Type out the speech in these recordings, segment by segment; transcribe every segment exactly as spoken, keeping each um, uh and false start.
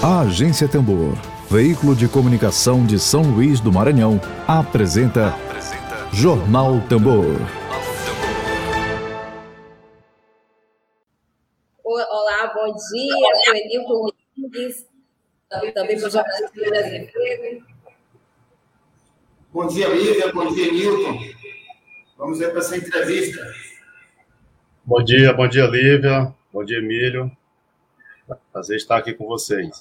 A Agência Tambor, veículo de comunicação de São Luís do Maranhão, apresenta, apresenta Jornal Tambor. Olá, bom dia, sou Enilton Rodrigues, também para o Jornal Tambor. Bom dia, Lívia, bom dia, Nilton. Vamos ver para essa entrevista. Bom dia, bom dia, Lívia, bom dia, Emílio. Prazer estar aqui com vocês.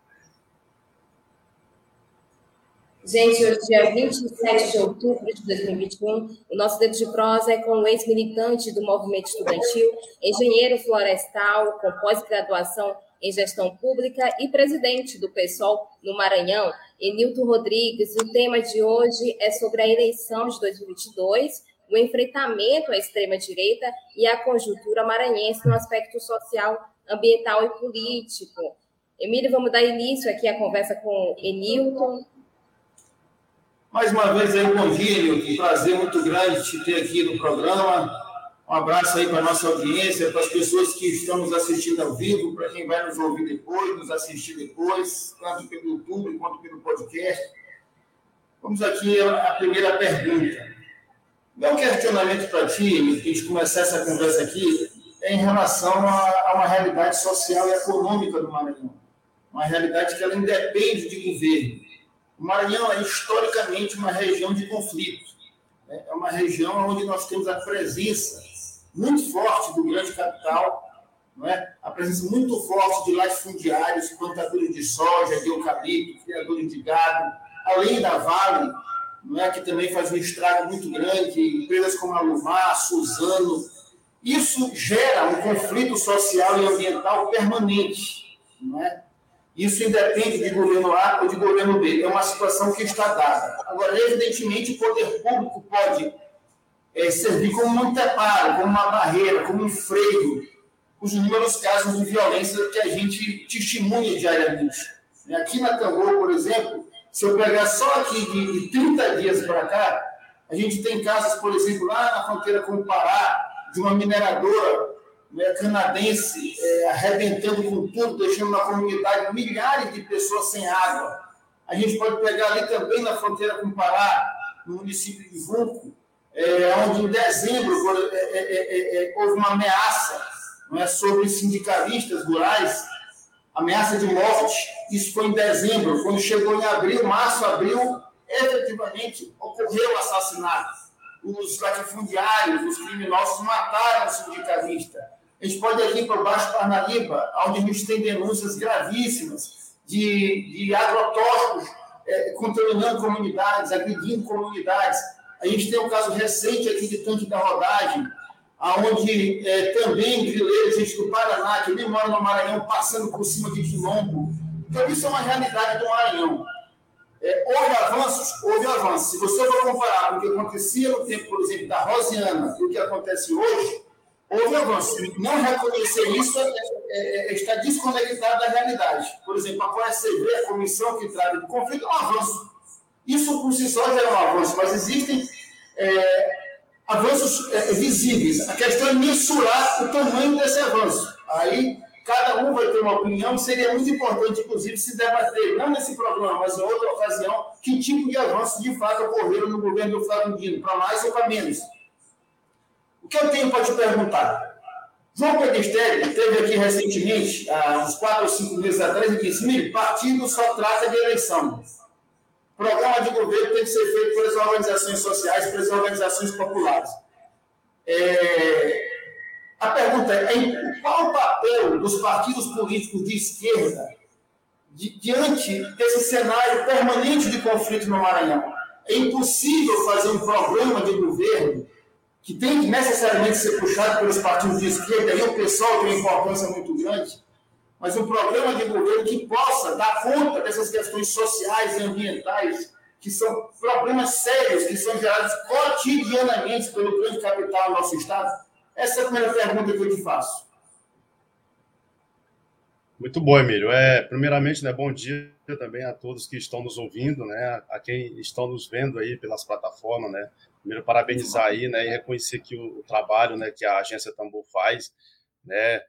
Gente, hoje, dia vinte e sete de outubro de dois mil e vinte e um, o nosso Dedo de Prosa é com o ex-militante do movimento estudantil, engenheiro florestal, com pós-graduação em gestão pública e presidente do PSOL no Maranhão, Enilton Rodrigues. O tema de hoje é sobre a eleição de dois mil e vinte e dois, o enfrentamento à extrema-direita e a conjuntura maranhense no aspecto social, ambiental e político. Emílio, vamos dar início aqui à conversa com Enilton. Mais uma vez aí, bom dia, Nilton. Um prazer muito grande te ter aqui no programa. Um abraço aí para a nossa audiência, para as pessoas que estão nos assistindo ao vivo, para quem vai nos ouvir depois, nos assistir depois, tanto pelo YouTube quanto pelo podcast. Vamos aqui à primeira pergunta. Meu questionamento para ti, Nilton, para a gente começar essa conversa aqui, é em relação a, a uma realidade social e econômica do Maranhão. Uma realidade que ela independe de governo. O Maranhão é historicamente uma região de conflito. É uma região onde nós temos a presença muito forte do grande capital, não é? A presença muito forte de latifundiários, plantadores de soja, de eucalipto, criadores de gado, além da Vale, não é? Que também faz um estrago muito grande, empresas como a Lumar, Suzano. Isso gera um conflito social e ambiental permanente, não é? Isso independe de governo A ou de governo B. É uma situação que está dada. Agora, evidentemente, o poder público pode é, servir como um anteparo, como uma barreira, como um freio, os inúmeros casos de violência que a gente testemunha diariamente. Aqui na Tambor, por exemplo, se eu pegar só aqui de, de trinta dias para cá, a gente tem casos, por exemplo, lá na fronteira com o Pará, de uma mineradora Né, canadense, é, arrebentando com tudo, deixando na comunidade milhares de pessoas sem água. A gente pode pegar ali também na fronteira com o Pará, no município de Vunco, é, onde em dezembro é, é, é, houve uma ameaça, não é, sobre sindicalistas rurais, ameaça de morte. Isso foi em dezembro. Quando chegou em abril, março, abril, efetivamente ocorreu o assassinato. Os latifundiários, os criminosos mataram o sindicalista. A gente pode ir aqui para o Baixo Parnaíba, onde a gente tem denúncias gravíssimas de, de agrotóxicos é, contaminando comunidades, agredindo comunidades. A gente tem um caso recente aqui de Tanque da Rodagem, onde é, também grileiros, gente do Paraná, que nem mora no Maranhão, passando por cima de quilombo. Então, isso é uma realidade do Maranhão. É, houve avanços? Houve avanços. Se você for comparar com o que acontecia no tempo, por exemplo, da Rosiana e o que acontece hoje, houve avanços. Não reconhecer isso é, é, é, está desconectado da realidade. Por exemplo, a C O S C V, a comissão que trata do conflito, é um avanço. Isso por si só já é um avanço, mas existem é, avanços é, visíveis. A questão é mensurar o tamanho desse avanço. Aí, cada um vai ter uma opinião, seria muito importante, inclusive, se debater, não nesse programa, mas em outra ocasião, que tipo de avanços de fato ocorreram no governo do Flávio Dino, para mais ou para menos. O que eu tenho para te perguntar? João Pedesteri esteve aqui recentemente, há uns quatro ou cinco meses atrás, e disse: Mire, partido só trata de eleição. Programa de governo tem que ser feito pelas organizações sociais, pelas organizações populares. É... A pergunta é: qual o papel dos partidos políticos de esquerda di- diante desse cenário permanente de conflito no Maranhão? É impossível fazer um programa de governo que tem que necessariamente ser puxado pelos partidos de esquerda, e o pessoal tem uma importância muito grande, mas um programa de governo que possa dar conta dessas questões sociais e ambientais, que são problemas sérios, que são gerados cotidianamente pelo grande capital do nosso Estado. Essa é a primeira pergunta que eu te faço. Muito bom, Emílio. É, primeiramente, né, bom dia também a todos que estão nos ouvindo, né, a quem estão nos vendo aí pelas plataformas, né. Primeiro, parabenizar aí, né, e reconhecer que o, o trabalho, né, que a Agência Tambor faz, né,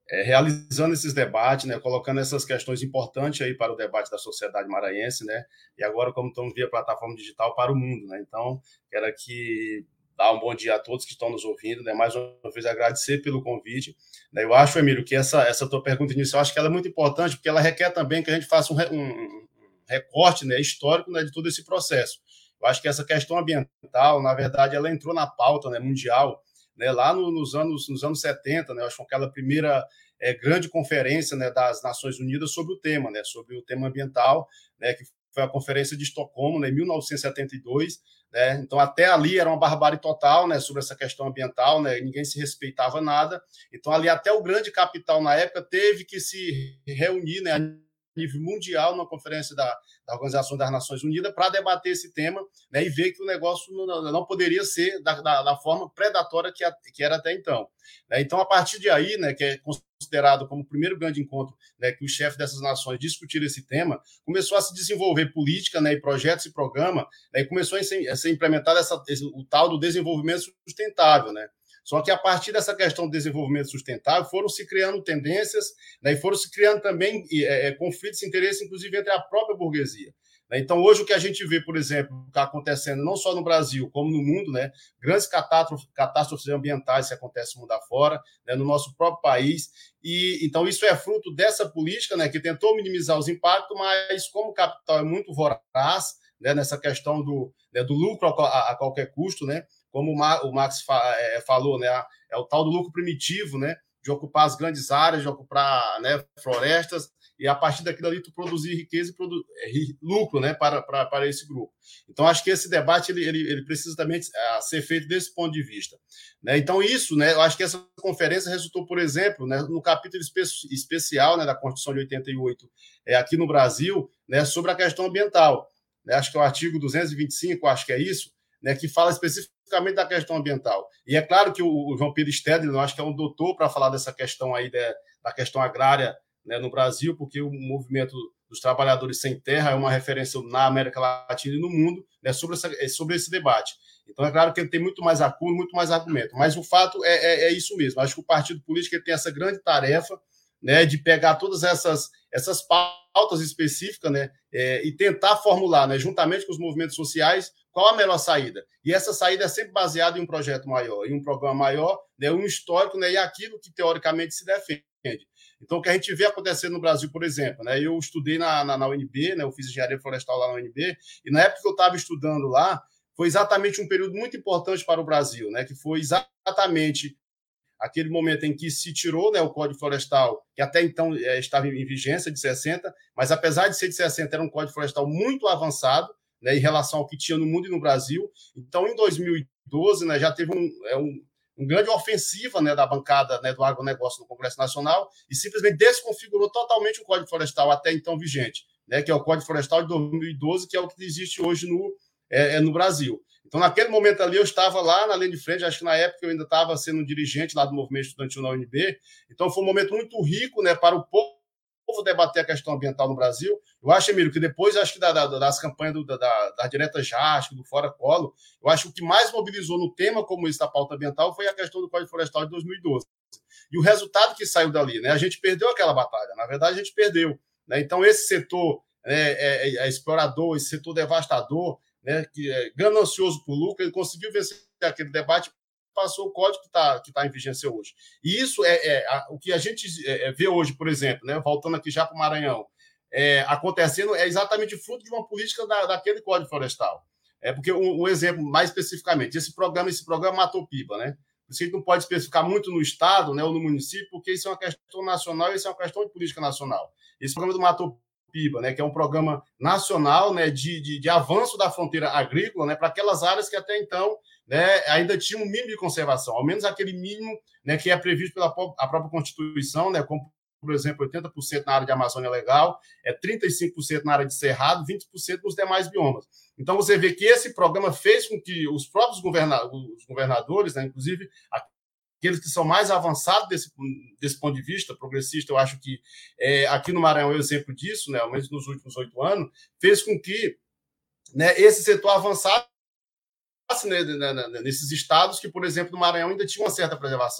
é, realizando esses debates, né, colocando essas questões importantes aí para o debate da sociedade maranhense, né, e agora como estamos via plataforma digital para o mundo, né, então quero aqui dar um bom dia a todos que estão nos ouvindo, né, mais uma vez agradecer pelo convite, né, eu acho, Emílio, que essa, essa tua pergunta inicial, acho que ela é muito importante, porque ela requer também que a gente faça um, um, um recorte, né, histórico, né, de todo esse processo. Eu acho que essa questão ambiental, na verdade, ela entrou na pauta, né, mundial, né, lá no, nos, anos, nos anos setenta, né, eu acho que aquela primeira é, grande conferência, né, das Nações Unidas sobre o tema, né, sobre o tema ambiental, né, que foi a Conferência de Estocolmo, né, em mil novecentos e setenta e dois, né, então até ali era uma barbárie total, né, sobre essa questão ambiental, né, ninguém se respeitava nada, então ali até o grande capital na época teve que se reunir, né, nível mundial, numa conferência da, da Organização das Nações Unidas, para debater esse tema, né, e ver que o negócio não, não poderia ser da, da, da forma predatória que, a, que era até então. Né, então, a partir de aí, né, que é considerado como o primeiro grande encontro, né, que os chefes dessas nações discutiram esse tema, começou a se desenvolver política, né, e projetos e programa, né, e começou a ser, a ser implementado essa, esse, o tal do desenvolvimento sustentável, né? Só que a partir dessa questão do desenvolvimento sustentável foram se criando tendências, né, e foram se criando também é, conflitos de interesse, inclusive entre a própria burguesia. Né? Então, hoje o que a gente vê, por exemplo, está acontecendo não só no Brasil, como no mundo, né, grandes catástrofes, catástrofes ambientais que acontecem no mundo afora, né, no nosso próprio país. E, então, isso é fruto dessa política, né, que tentou minimizar os impactos, mas como o capital é muito voraz, né, nessa questão do, né, do lucro a, a qualquer custo, né, como o Max falou, né, é o tal do lucro primitivo, né, de ocupar as grandes áreas, de ocupar, né, florestas, e a partir daquilo ali tu produzir riqueza e produ... lucro, né, para, para, para esse grupo. Então, acho que esse debate ele, ele, ele precisa também uh, ser feito desse ponto de vista. Né? Então, isso, né, eu acho que essa conferência resultou, por exemplo, né, no capítulo espe especial, né, da Constituição de oitenta e oito, é, aqui no Brasil, né, sobre a questão ambiental. Né? Acho que é o artigo duzentos e vinte e cinco, acho que é isso, né, que fala especificamente da questão ambiental. E é claro que o, o João Pedro Stedley, eu acho que é um doutor para falar dessa questão aí, de, da questão agrária, né, no Brasil, porque o movimento dos trabalhadores sem terra é uma referência na América Latina e no mundo, né, sobre, essa, sobre esse debate. Então, é claro que ele tem muito mais acúmulo, muito mais argumento, mas o fato é, é, é isso mesmo. Acho que o partido político ele tem essa grande tarefa, né, de pegar todas essas, essas pautas específicas, né, é, e tentar formular, né, juntamente com os movimentos sociais, qual a melhor saída. E essa saída é sempre baseada em um projeto maior, em um programa maior, né, um histórico, né, e aquilo que teoricamente se defende. Então, o que a gente vê acontecendo no Brasil, por exemplo, né, eu estudei na, na, na U N B, né, eu fiz engenharia florestal lá na U N B, e na época que eu estava estudando lá, foi exatamente um período muito importante para o Brasil, né, que foi exatamente aquele momento em que se tirou, né, o Código Florestal, que até então é, estava em vigência, de sessenta, mas apesar de ser de sessenta, era um Código Florestal muito avançado, né, em relação ao que tinha no mundo e no Brasil. Então, em dois mil e doze, né, já teve um, é, um, um grande ofensiva, né, da bancada, né, do agronegócio no Congresso Nacional e simplesmente desconfigurou totalmente o Código Florestal até então vigente, né, que é o Código Florestal de dois mil e doze, que é o que existe hoje no, é, é no Brasil. Então, naquele momento ali, eu estava lá na linha de frente, acho que na época eu ainda estava sendo um dirigente lá do movimento estudantil na U N B, então foi um momento muito rico, né, para o povo debater a questão ambiental no Brasil. Eu acho, Emílio, que depois, acho que da, da, das campanhas do, da, da Direta J A S C, do Fora Colo, eu acho que o que mais mobilizou no tema como isso da pauta ambiental foi a questão do Código Florestal de dois mil e doze. E o resultado que saiu dali, né, a gente perdeu aquela batalha, na verdade a gente perdeu. Né? Então, esse setor é, é, é explorador, esse setor devastador, né, que é ganancioso por lucro, ele conseguiu vencer aquele debate, passou o código que está que tá em vigência hoje. E isso é, é a, o que a gente é, vê hoje, por exemplo, né, voltando aqui já para o Maranhão, é, acontecendo é exatamente fruto de uma política da, daquele Código Florestal. É porque, um, um exemplo mais especificamente, esse programa, esse programa matou pipa, né? Por isso que a gente não pode especificar muito no Estado, né, ou no município, porque isso é uma questão nacional e isso é uma questão de política nacional. Esse programa do Matou Pipa, né, que é um programa nacional, né, de, de, de avanço da fronteira agrícola, né, para aquelas áreas que até então, né, ainda tinham um mínimo de conservação, ao menos aquele mínimo, né, que é previsto pela a própria Constituição, né, como, por exemplo, oitenta por cento na área de Amazônia Legal, é trinta e cinco por cento na área de Cerrado, vinte por cento nos demais biomas. Então, você vê que esse programa fez com que os próprios governa os governadores, né, inclusive aqueles que são mais avançados desse, desse ponto de vista, progressista, eu acho que é, aqui no Maranhão é um exemplo disso, né, ao menos nos últimos oito anos, fez com que, né, esse setor avançasse, né, nesses estados que, por exemplo, no Maranhão ainda tinha uma certa preservação.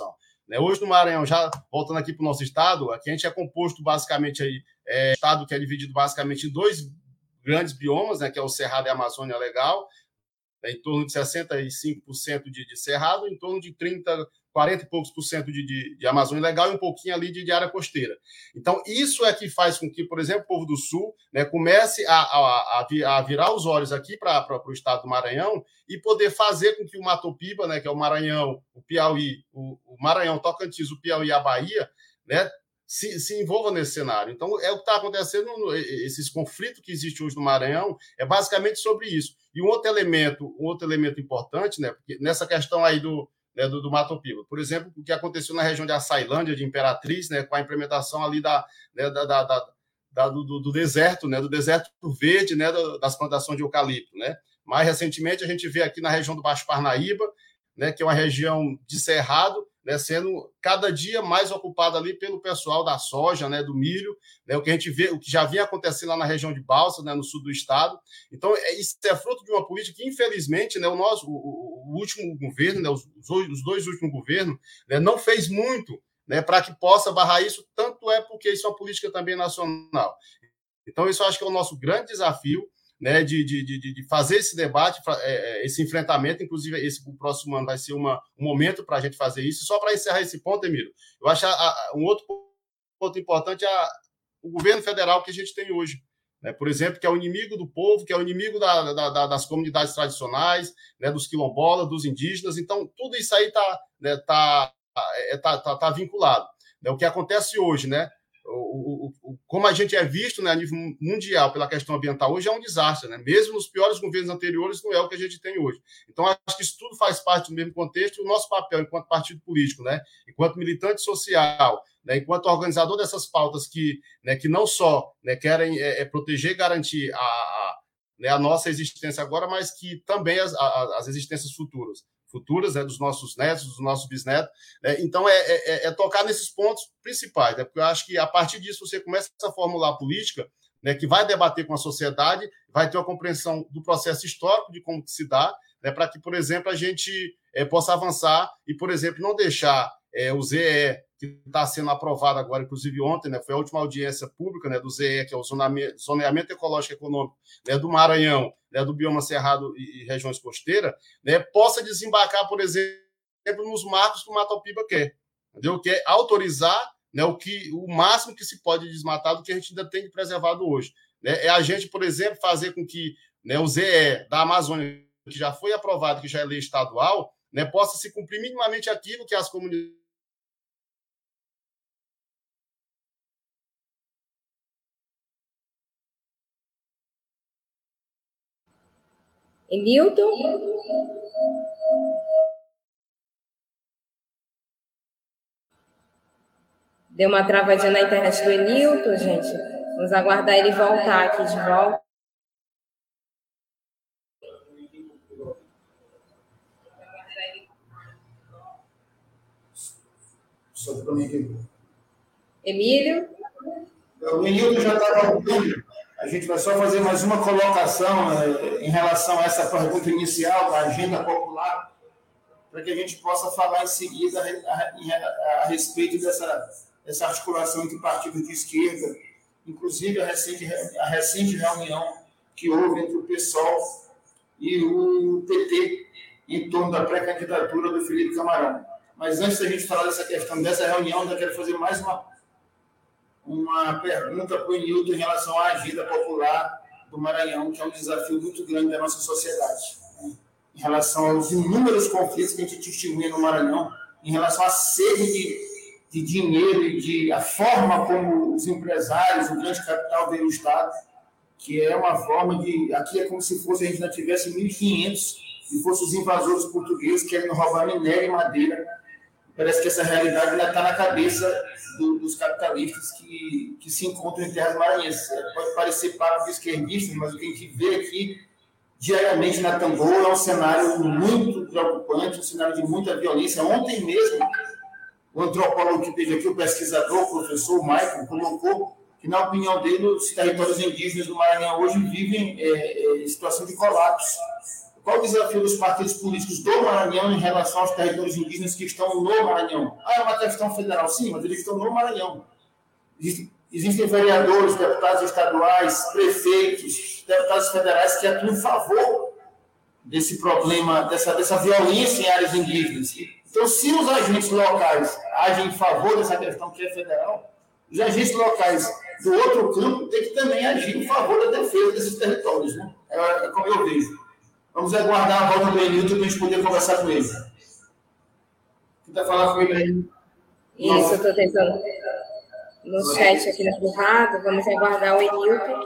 Né? Hoje no Maranhão, já voltando aqui para o nosso estado, aqui a gente é composto basicamente, aí, é, estado que é dividido basicamente em dois grandes biomas, né, que é o Cerrado e a Amazônia Legal, é, em torno de sessenta e cinco por cento de, de Cerrado, em torno de trinta, quarenta e poucos por cento de, de, de Amazônia Legal e um pouquinho ali de, de área costeira. Então, isso é que faz com que, por exemplo, o povo do Sul, né, comece a, a, a virar os olhos aqui para o estado do Maranhão e poder fazer com que o Matopiba, né, que é o Maranhão, o Piauí, o, o Maranhão, Tocantins, o Piauí e a Bahia, né, se, se envolva nesse cenário. Então, é o que está acontecendo, esses conflitos que existem hoje no Maranhão, é basicamente sobre isso. E um outro elemento, um outro elemento importante, né, porque nessa questão aí do Né, do, do Matopiba. Por exemplo, o que aconteceu na região de Açailândia, de Imperatriz, né, com a implementação ali da, né, da, da, da, da do, do deserto, né, do deserto verde, né, das plantações de eucalipto. Né. Mais recentemente, a gente vê aqui na região do Baixo Parnaíba, né, que é uma região de cerrado, né, sendo cada dia mais ocupada ali pelo pessoal da soja, né, do milho, né, o que a gente vê, o que já vinha acontecendo lá na região de Balsas, né, no sul do estado. Então, é, isso é fruto de uma política que, infelizmente, né, o, nosso, o, o último governo, né, os, os dois últimos governos, né, não fez muito, né, para que possa barrar isso, tanto é porque isso é uma política também nacional. Então, isso eu acho que é o nosso grande desafio, né, de, de, de, de fazer esse debate, esse enfrentamento. Inclusive, esse o próximo ano vai ser uma, um momento para a gente fazer isso. Só para encerrar esse ponto, Emílio, eu acho a, a, um outro ponto importante é a, o governo federal que a gente tem hoje. Né, por exemplo, que é o inimigo do povo, que é o inimigo da, da, das comunidades tradicionais, né, dos quilombolas, dos indígenas. Então, tudo isso aí está, né, tá, é, tá, tá, tá vinculado. Né, o que acontece hoje, né? O, o, o, como a gente é visto, né, a nível mundial pela questão ambiental hoje, é um desastre. Né? Mesmo nos piores governos anteriores, não é o que a gente tem hoje. Então, acho que isso tudo faz parte do mesmo contexto e o nosso papel enquanto partido político, né, enquanto militante social, né, enquanto organizador dessas pautas que, né, que não só, né, querem é, é, proteger e garantir a, a, né, a nossa existência agora, mas que também as, a, as existências futuras. futuras, né, dos nossos netos, dos nossos bisnetos. Né? Então, é, é, é tocar nesses pontos principais, né? Porque eu acho que, a partir disso, você começa a formular a política, né, que vai debater com a sociedade, vai ter uma compreensão do processo histórico de como se dá, né, para que, por exemplo, a gente é, possa avançar e, por exemplo, não deixar é, o Z E, que está sendo aprovado agora, inclusive ontem, né, foi a última audiência pública, né, do Z E, que é o zoneamento, zoneamento ecológico e econômico, né, do Maranhão, né, do bioma cerrado e, e regiões costeiras, né, possa desembarcar, por exemplo, nos marcos que o Matopiba quer, entendeu? Que é autorizar, né, o, que, o máximo que se pode desmatar do que a gente ainda tem preservado hoje. Né? É a gente, por exemplo, fazer com que, né, o Z E da Amazônia, que já foi aprovado, que já é lei estadual, né, possa se cumprir minimamente aquilo que as comunidades. Emilton? Deu uma travadinha na internet do Emilton, gente. Vamos aguardar ele voltar aqui de volta. Emílio? O Emilton já está voltando. A gente vai só fazer mais uma colocação eh, em relação a essa pergunta inicial da agenda popular, para que a gente possa falar em seguida a, a, a respeito dessa, dessa articulação entre partidos de esquerda, inclusive a recente, a recente reunião que houve entre o PSOL e o P T em torno da pré-candidatura do Felipe Camarão. Mas antes da gente falar dessa questão, dessa reunião, eu quero fazer mais uma uma pergunta para o Emilton em relação à agenda popular do Maranhão, que é um desafio muito grande da nossa sociedade, né? Em relação aos inúmeros conflitos que a gente testemunha no Maranhão, em relação à sede de, de dinheiro e de a forma como os empresários, o grande capital veio o Estado, que é uma forma de... Aqui é como se fosse a gente ainda tivesse mil e quinhentos e fossem os invasores portugueses querendo roubar minério e madeira. Parece que essa realidade ainda está na cabeça do, dos capitalistas que, que se encontram em terras maranhenses. Pode parecer papo de esquerdistas, mas o que a gente vê aqui diariamente na Tamboa é um cenário muito preocupante, um cenário de muita violência. Ontem mesmo, o antropólogo que teve aqui, o pesquisador, o professor Michael, colocou que, na opinião dele, os territórios indígenas do Maranhão hoje vivem é, é, em situação de colapso. Qual o desafio dos partidos políticos do Maranhão em relação aos territórios indígenas que estão no Maranhão? Ah, é uma questão federal, sim, mas eles estão no Maranhão. Existem, existem vereadores, deputados estaduais, prefeitos, deputados federais que atuam em favor desse problema, dessa, dessa violência em áreas indígenas. Então, se os agentes locais agem em favor dessa questão que é federal, os agentes locais do outro campo têm que também agir em favor da defesa desses territórios, né? É, é como eu vejo. Vamos aguardar a volta do Enilton para a gente poder conversar com ele. Tenta falar com ele aí. Isso, eu estou tentando no chat aqui na privada. Vamos aguardar o Enilton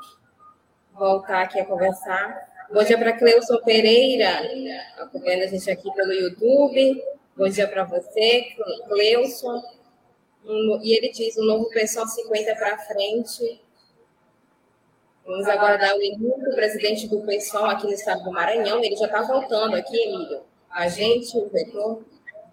voltar aqui a conversar. Bom dia para Cleuson Pereira, acompanhando a gente aqui pelo YouTube. Bom dia para você, Cleuson. E ele diz, o novo pessoal cinquenta para frente. Vamos aguardar o Emílio, presidente do pessoal aqui no estado do Maranhão. Ele já está voltando aqui, Emílio. A gente, o vetor.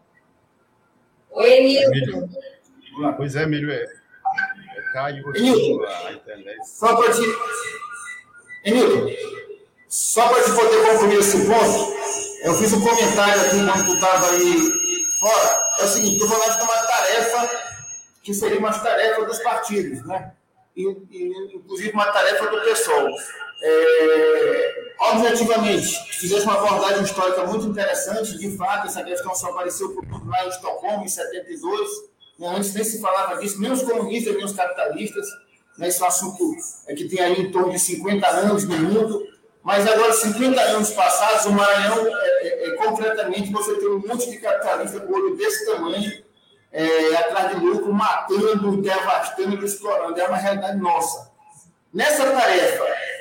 Oi, Emílio. Pois é, Emílio. É, é caiu aqui a internet. Só para te... Emílio, só para te poder concluir esse ponto, eu fiz um comentário aqui quando tu estava aí fora. É o seguinte, eu vou lá de uma tarefa que seria uma tarefa dos partidos, né? E, e, inclusive uma tarefa do pessoal. É, objetivamente, fizesse uma abordagem histórica muito interessante, de fato, essa questão só apareceu lá em Estocolmo, em setenta e dois, né? Antes nem se falava disso, nem os comunistas, nem os capitalistas, né? Esse assunto é que tem aí em torno de cinquenta anos no mundo, mas agora, cinquenta anos passados, o Maranhão, é, é, é, concretamente, você tem um monte de capitalista com olho desse tamanho, É, atrás de lucro, matando, devastando, explorando. É uma realidade nossa. Nessa tarefa,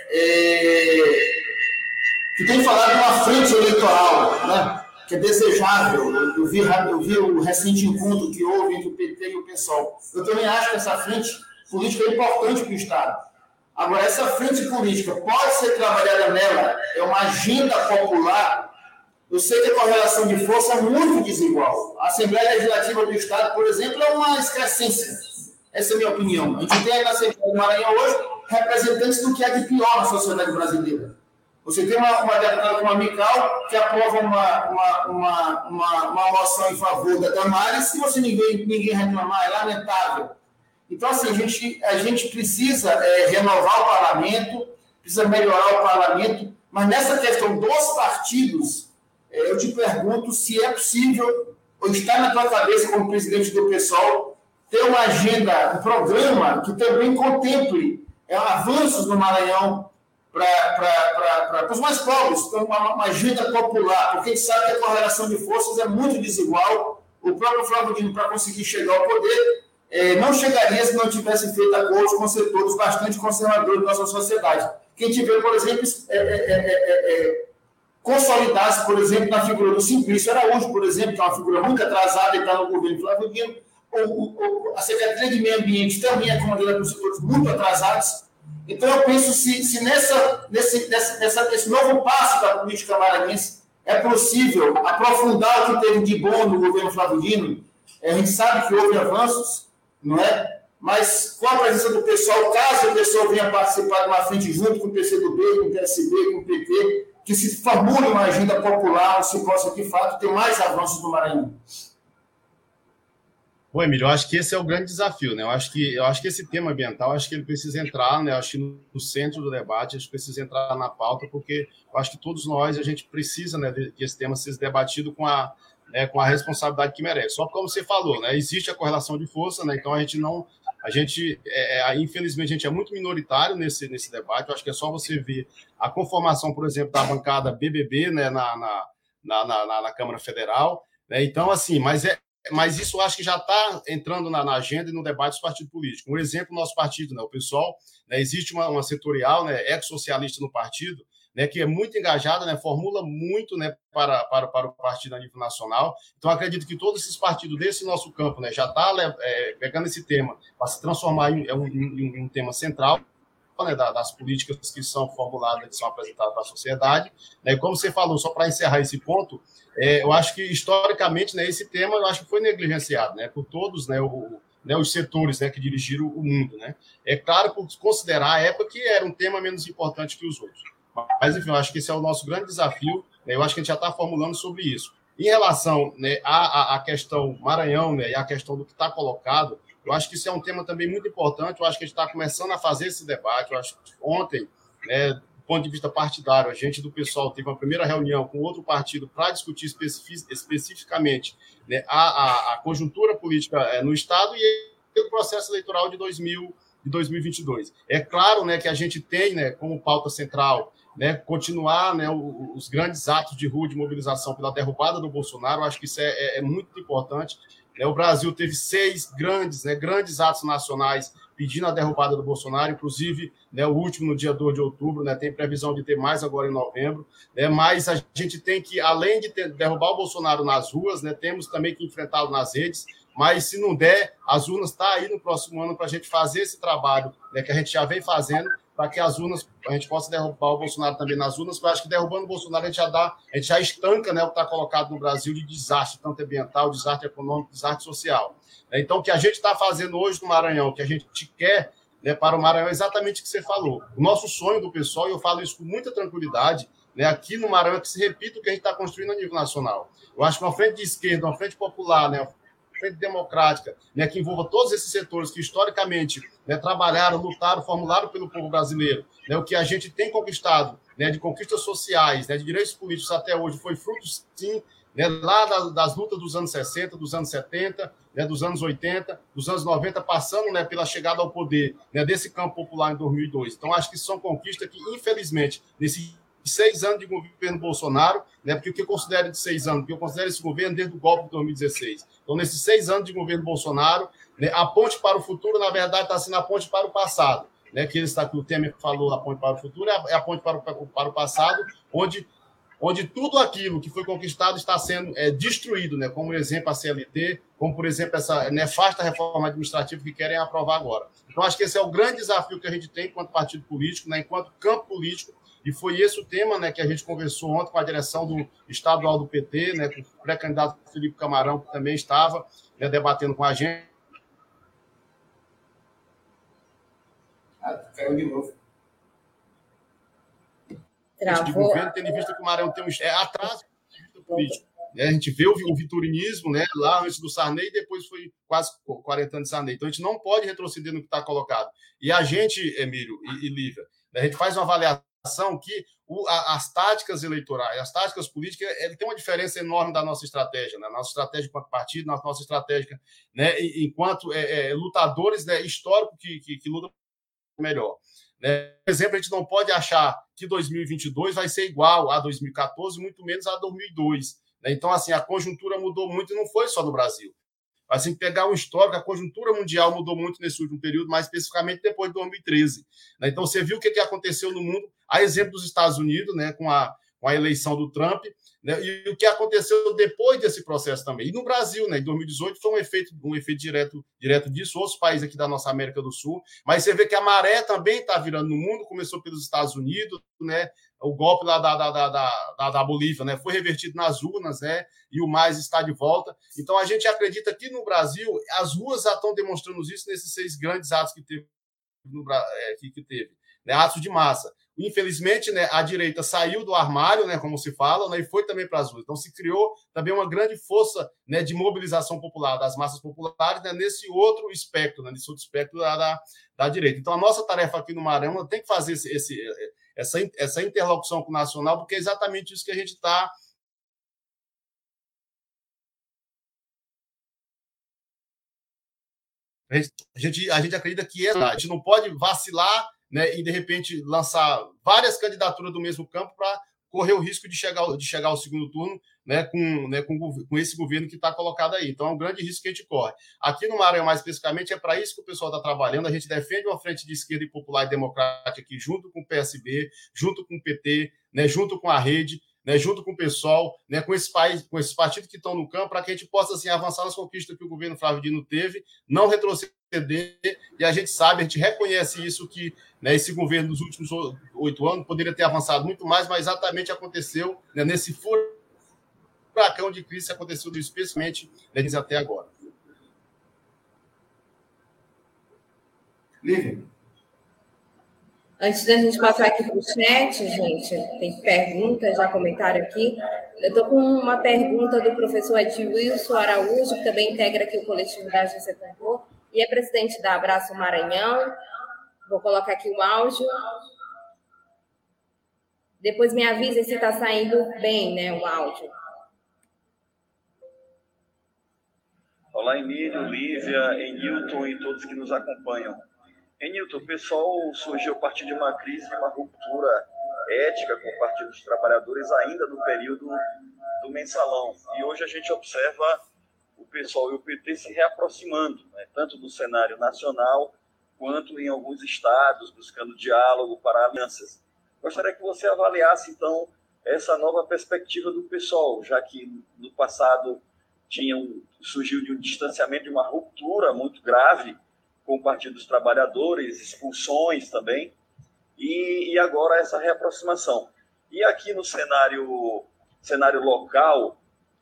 é, que tem falado de uma frente eleitoral, né, que é desejável. Eu, eu, vi, eu vi o recente encontro que houve entre o P T e o PSOL. Eu também acho que essa frente política é importante para o Estado. Agora, essa frente política pode ser trabalhada nela, é uma agenda popular. Eu sei que a correlação de força é muito desigual. A Assembleia Legislativa do Estado, por exemplo, é uma excrescência. Essa é a minha opinião. A gente tem aí na Assembleia do Maranhão hoje representantes do que é de pior na sociedade brasileira. Você tem uma, uma deputada como a Mical, que aprova uma, uma, uma, uma, uma moção em favor da Damares, se você ninguém, ninguém reclamar, é lamentável. Então, assim, a gente, a gente precisa é, renovar o parlamento, precisa melhorar o parlamento, mas nessa questão dos partidos, eu te pergunto se é possível, ou está na tua cabeça como presidente do PSOL, ter uma agenda, um programa que também contemple é, avanços no Maranhão para os mais pobres, então, uma, uma agenda popular, porque a gente sabe que a correlação de forças é muito desigual. O próprio Flávio Dino, para conseguir chegar ao poder, é, não chegaria se não tivesse feito acordos com setores bastante conservadores da nossa sociedade. Quem tiver, por exemplo, é, é, é, é, consolidasse, por exemplo, na figura do Simplício Araújo, por exemplo, que é uma figura muito atrasada e está no governo Flávio Dino, ou, ou, a Secretaria de Meio Ambiente também é comandada por setores muito atrasados. Então, eu penso se, se nessa, nesse, nessa, nessa, nesse novo passo da política maranhense é possível aprofundar o que teve de bom no governo Flávio Dino. A gente sabe que houve avanços, não é? Mas com a presença do pessoal, caso o pessoal venha participar de uma frente junto com o P C do B, com o P S B, com o P T, que se formule uma agenda popular, se possa, de fato, ter mais avanços no Maranhão. Bom, Emílio, eu acho que esse é o grande desafio, né? Eu acho que, eu acho que esse tema ambiental, eu acho que ele precisa entrar, né? Eu acho que no centro do debate, acho que precisa entrar na pauta, porque eu acho que todos nós, a gente precisa, né, de, de esse tema ser debatido com a, né, com a responsabilidade que merece. Só como você falou, né? Existe a correlação de força, né? Então a gente não... A gente, é, infelizmente, a gente é muito minoritário nesse, nesse debate. Eu acho que é só você ver a conformação, por exemplo, da bancada B B B, né, na, na, na, na, na Câmara Federal. Né? Então, assim, mas, é, mas isso eu acho que já está entrando na, na agenda e no debate dos partidos políticos. Um exemplo, nosso partido, né, o PSOL, né, existe uma, uma setorial, né, ex-socialista no partido, né, que é muito engajada, né, formula muito, né, para, para, para o partido a nível nacional. Então, acredito que todos esses partidos desse nosso campo, né, já estão é, pegando esse tema para se transformar em, em, em um tema central, né, das políticas que são formuladas, que são apresentadas para a sociedade. Né, e como você falou, só para encerrar esse ponto, é, eu acho que, historicamente, né, esse tema eu acho que foi negligenciado, né, por todos, né, o, né, os setores, né, que dirigiram o mundo. Né. É claro, por considerar a época que era um tema menos importante que os outros. Mas, enfim, eu acho que esse é o nosso grande desafio, né? Eu acho que a gente já está formulando sobre isso. Em relação, né, à, à questão Maranhão, né, e à questão do que está colocado, eu acho que isso é um tema também muito importante. Eu acho que a gente está começando a fazer esse debate. Eu acho que ontem, né, do ponto de vista partidário, a gente do pessoal teve uma primeira reunião com outro partido para discutir especific, especificamente, né, a, a, a conjuntura política é, no Estado e o processo eleitoral de, dois mil, de dois mil e vinte e dois. É claro, né, que a gente tem, né, como pauta central, né, continuar, né, os grandes atos de rua de mobilização pela derrubada do Bolsonaro. Eu acho que isso é, é, é muito importante. O Brasil teve seis grandes, né, grandes atos nacionais pedindo a derrubada do Bolsonaro, inclusive, né, o último no dia dois de outubro, né, tem previsão de ter mais agora em novembro, né, mas a gente tem que, além de ter, derrubar o Bolsonaro nas ruas, né, temos também que enfrentá-lo nas redes, mas se não der, as urnas estão aí no próximo ano para a gente fazer esse trabalho, né, que a gente já vem fazendo, para que as urnas, a gente possa derrubar o Bolsonaro também nas urnas, porque eu acho que derrubando o Bolsonaro a gente já dá, a gente já estanca, né, o que está colocado no Brasil de desastre, tanto ambiental, desastre econômico, desastre social. Então, o que a gente está fazendo hoje no Maranhão, o que a gente quer, né, para o Maranhão é exatamente o que você falou. O nosso sonho do pessoal, e eu falo isso com muita tranquilidade, né, aqui no Maranhão, é que se repita o que a gente está construindo a nível nacional. Eu acho que uma frente de esquerda, uma frente popular, né, frente democrática, né, que envolva todos esses setores que historicamente, né, trabalharam, lutaram, formularam pelo povo brasileiro, né, o que a gente tem conquistado, né, de conquistas sociais, né, de direitos políticos até hoje foi fruto, sim, né, lá das, das lutas dos anos sessenta, dos anos setenta, né, dos anos oitenta, dos anos noventa, passando, né, pela chegada ao poder, né, desse campo popular em dois mil e dois. Então, acho que são conquistas que, infelizmente, nesse seis anos de governo Bolsonaro, né, porque o que eu considero de seis anos, porque eu considero esse governo desde o golpe de dois mil e dezesseis. Então, nesses seis anos de governo Bolsonaro, né, a ponte para o futuro, na verdade, está sendo a ponte para o passado. Né, que, ele está, que o Temer falou, a ponte para o futuro, é a, é a ponte para o, para o passado, onde, onde tudo aquilo que foi conquistado está sendo é, destruído, né, como, por exemplo, a C L T, como, por exemplo, essa nefasta reforma administrativa que querem aprovar agora. Então, acho que esse é o grande desafio que a gente tem enquanto partido político, né, enquanto campo político. E foi esse o tema, né, que a gente conversou ontem com a direção do estadual do P T, né, com o pré-candidato Felipe Camarão, que também estava, né, debatendo com a gente. Ah, caiu de novo. Travou. De governo, tendo em vista que o Maranhão tem um é, atraso político. Né? A gente vê o, o viturinismo, né, lá antes do Sarney, e depois foi quase quarenta anos de Sarney. Então, a gente não pode retroceder no que está colocado. E a gente, Emílio e, e Lívia, a gente faz uma avaliação que o, a, as táticas eleitorais, as táticas políticas, ele tem uma diferença enorme da nossa estratégia, né? Nossa estratégia enquanto partido, nossa, nossa estratégia, né, enquanto é, é, lutadores, né, históricos que, que, que lutam melhor. Né? Por exemplo, a gente não pode achar que dois mil e vinte e dois vai ser igual a dois mil e quatorze, muito menos a dois mil e dois. Né? Então, assim, a conjuntura mudou muito e não foi só no Brasil. Assim, pegar o histórico, a conjuntura mundial mudou muito nesse último período, mais especificamente depois de dois mil e treze. Né? Então, você viu o que, que aconteceu no mundo, a exemplo dos Estados Unidos, né, com, a, com a eleição do Trump, né, e o que aconteceu depois desse processo também. E no Brasil, né, em dois mil e dezoito, foi um efeito, um efeito direto, direto disso, outros países aqui da nossa América do Sul, mas você vê que a maré também está virando no mundo, começou pelos Estados Unidos, né, o golpe lá da, da, da, da, da Bolívia, né, foi revertido nas urnas, né, e o mais está de volta. Então, a gente acredita que no Brasil, as ruas já estão demonstrando isso nesses seis grandes atos que teve, no, é, que, que teve né, atos de massa. Infelizmente, né, a direita saiu do armário, né, como se fala, né, e foi também para as ruas. Então, se criou também uma grande força, né, de mobilização popular, das massas populares, né, nesse outro espectro, né, nesse outro espectro da, da, da direita. Então, a nossa tarefa aqui no Maranhão tem que fazer esse, esse, essa, essa interlocução com o nacional, porque é exatamente isso que a gente está... A gente, a gente acredita que é, a gente não pode vacilar, né, e, de repente, lançar várias candidaturas do mesmo campo para correr o risco de chegar, de chegar ao segundo turno, né, com, né, com, com esse governo que está colocado aí. Então, é um grande risco que a gente corre. Aqui no Maranhão, mais especificamente, é para isso que o pessoal está trabalhando. A gente defende uma frente de esquerda e popular e democrática aqui, junto com o P S B, junto com o P T, né, junto com a Rede, né, junto com o pessoal, né, com, esses países, com esses partidos que estão no campo, para que a gente possa assim, avançar nas conquistas que o governo Flávio Dino teve, não retroceder, e a gente sabe, a gente reconhece isso, que né, esse governo dos últimos oito anos poderia ter avançado muito mais, mas exatamente aconteceu né, nesse furacão de crise que aconteceu especialmente né, até agora. Lívia. Antes da gente passar aqui para o chat, gente, tem pergunta, já comentário aqui. Eu estou com uma pergunta do professor Edilson Araújo, que também integra aqui o coletivo da A G C Tambor, e é presidente da Abraço Maranhão. Vou colocar aqui o áudio. Depois me avisa se está saindo bem, né, o áudio. Olá, Emílio, Lívia, Enilton e todos que nos acompanham. Enilton, o pessoal surgiu a partir de uma crise, de uma ruptura ética com o Partido dos Trabalhadores ainda no período do mensalão. E hoje a gente observa o pessoal e o P T se reaproximando, né, tanto do cenário nacional quanto em alguns estados, buscando diálogo para alianças. Gostaria que você avaliasse, então, essa nova perspectiva do pessoal, já que no passado tinha um, surgiu de um distanciamento, de uma ruptura muito grave com o Partido dos Trabalhadores, expulsões também, e, e agora essa reaproximação. E aqui no cenário, cenário local,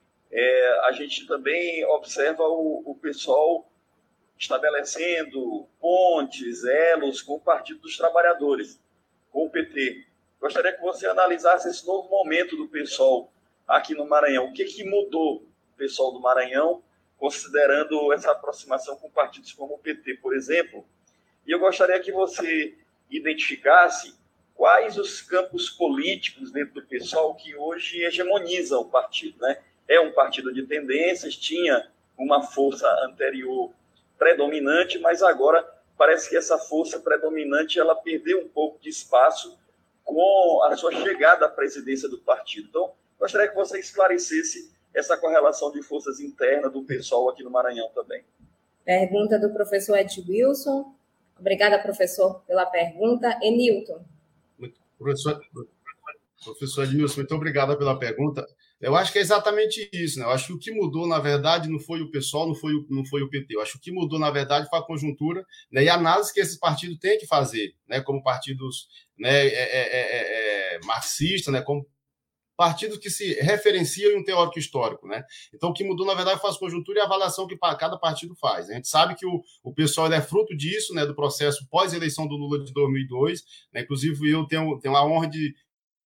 é, a gente também observa o, o pessoal estabelecendo pontes, elos com o Partido dos Trabalhadores, com o P T. Gostaria que você analisasse esse novo momento do pessoal aqui no Maranhão. O que, que mudou o pessoal do Maranhão, considerando essa aproximação com partidos como o P T, por exemplo? E eu gostaria que você identificasse quais os campos políticos dentro do pessoal que hoje hegemonizam o partido, né? É um partido de tendências, tinha uma força anterior predominante, mas agora parece que essa força predominante ela perdeu um pouco de espaço com a sua chegada à presidência do partido. Então, gostaria que você esclarecesse essa correlação de forças internas do pessoal aqui no Maranhão também. Pergunta do professor Edilson. Obrigada, professor, pela pergunta. Enilton. Professor, professor Edmilson, muito obrigado pela pergunta. Eu acho que é exatamente isso, né? Eu acho que o que mudou, na verdade, não foi o pessoal, não foi o, não foi o P T. Eu acho que o que mudou, na verdade, foi a conjuntura, né, e a análise que esses partidos têm que fazer, né, como partidos, né, é, é, é, é, marxistas, né, como partidos que se referenciam em um teórico histórico, né? Então, o que mudou, na verdade, foi a conjuntura e a avaliação que cada partido faz. A gente sabe que o, o pessoal é fruto disso, né, do processo pós-eleição do Lula de dois mil e dois, né? Inclusive, eu tenho, tenho a honra de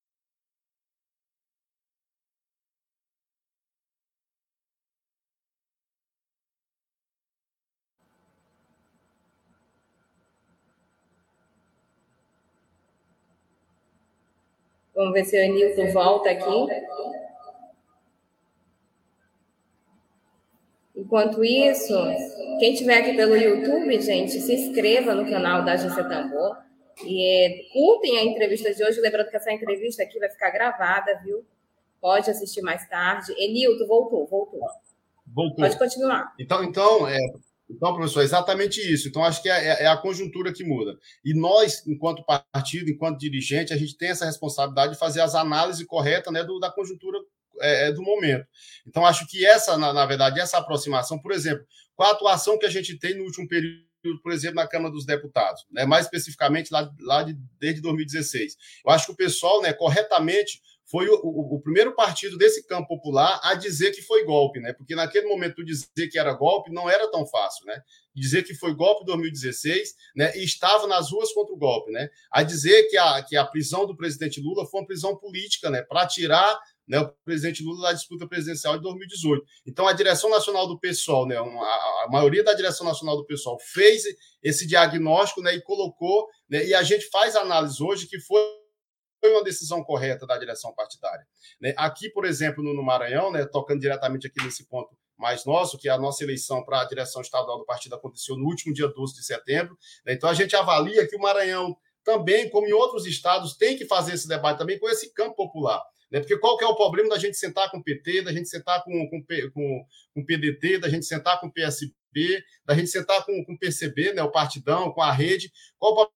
Vamos ver se o Enilton volta aqui. Enquanto isso, quem estiver aqui pelo YouTube, gente, se inscreva no canal da A G C Tambor e é, curtem a entrevista de hoje. Lembrando que essa entrevista aqui vai ficar gravada, viu? Pode assistir mais tarde. Enilton, voltou, voltou. Voltou. Pode continuar. Então, então é... Então, professor, é exatamente isso. Então, acho que é, é a conjuntura que muda. E nós, enquanto partido, enquanto dirigente, a gente tem essa responsabilidade de fazer as análises corretas, né, do, da conjuntura é, do momento. Então, acho que essa, na, na verdade, essa aproximação, por exemplo, com a atuação que a gente tem no último período, por exemplo, na Câmara dos Deputados, né, mais especificamente lá, lá de, desde dois mil e dezesseis. Eu acho que o pessoal, né, corretamente, foi o, o, o primeiro partido desse campo popular a dizer que foi golpe, né? Porque naquele momento dizer que era golpe não era tão fácil, né? Dizer que foi golpe em dois mil e dezesseis, né? E estava nas ruas contra o golpe, né? A dizer que a, que a prisão do presidente Lula foi uma prisão política, né? Para tirar, né, o presidente Lula da disputa presidencial de dois mil e dezoito. Então, a direção nacional do PSOL, né? Uma, a, a maioria da direção nacional do PSOL fez esse diagnóstico, né? E colocou, né? E a gente faz análise hoje que foi foi uma decisão correta da direção partidária. Aqui, por exemplo, no Maranhão, né, tocando diretamente aqui nesse ponto mais nosso, que a nossa eleição para a direção estadual do partido aconteceu no último dia doze de setembro, né, então a gente avalia que o Maranhão também, como em outros estados, tem que fazer esse debate também com esse campo popular. Né, porque qual que é o problema da gente sentar com o P T, da gente sentar com o com, com, com P D T, da gente sentar com o P S B, da gente sentar com, com o P C B, né, o Partidão, com a Rede? Qual o problema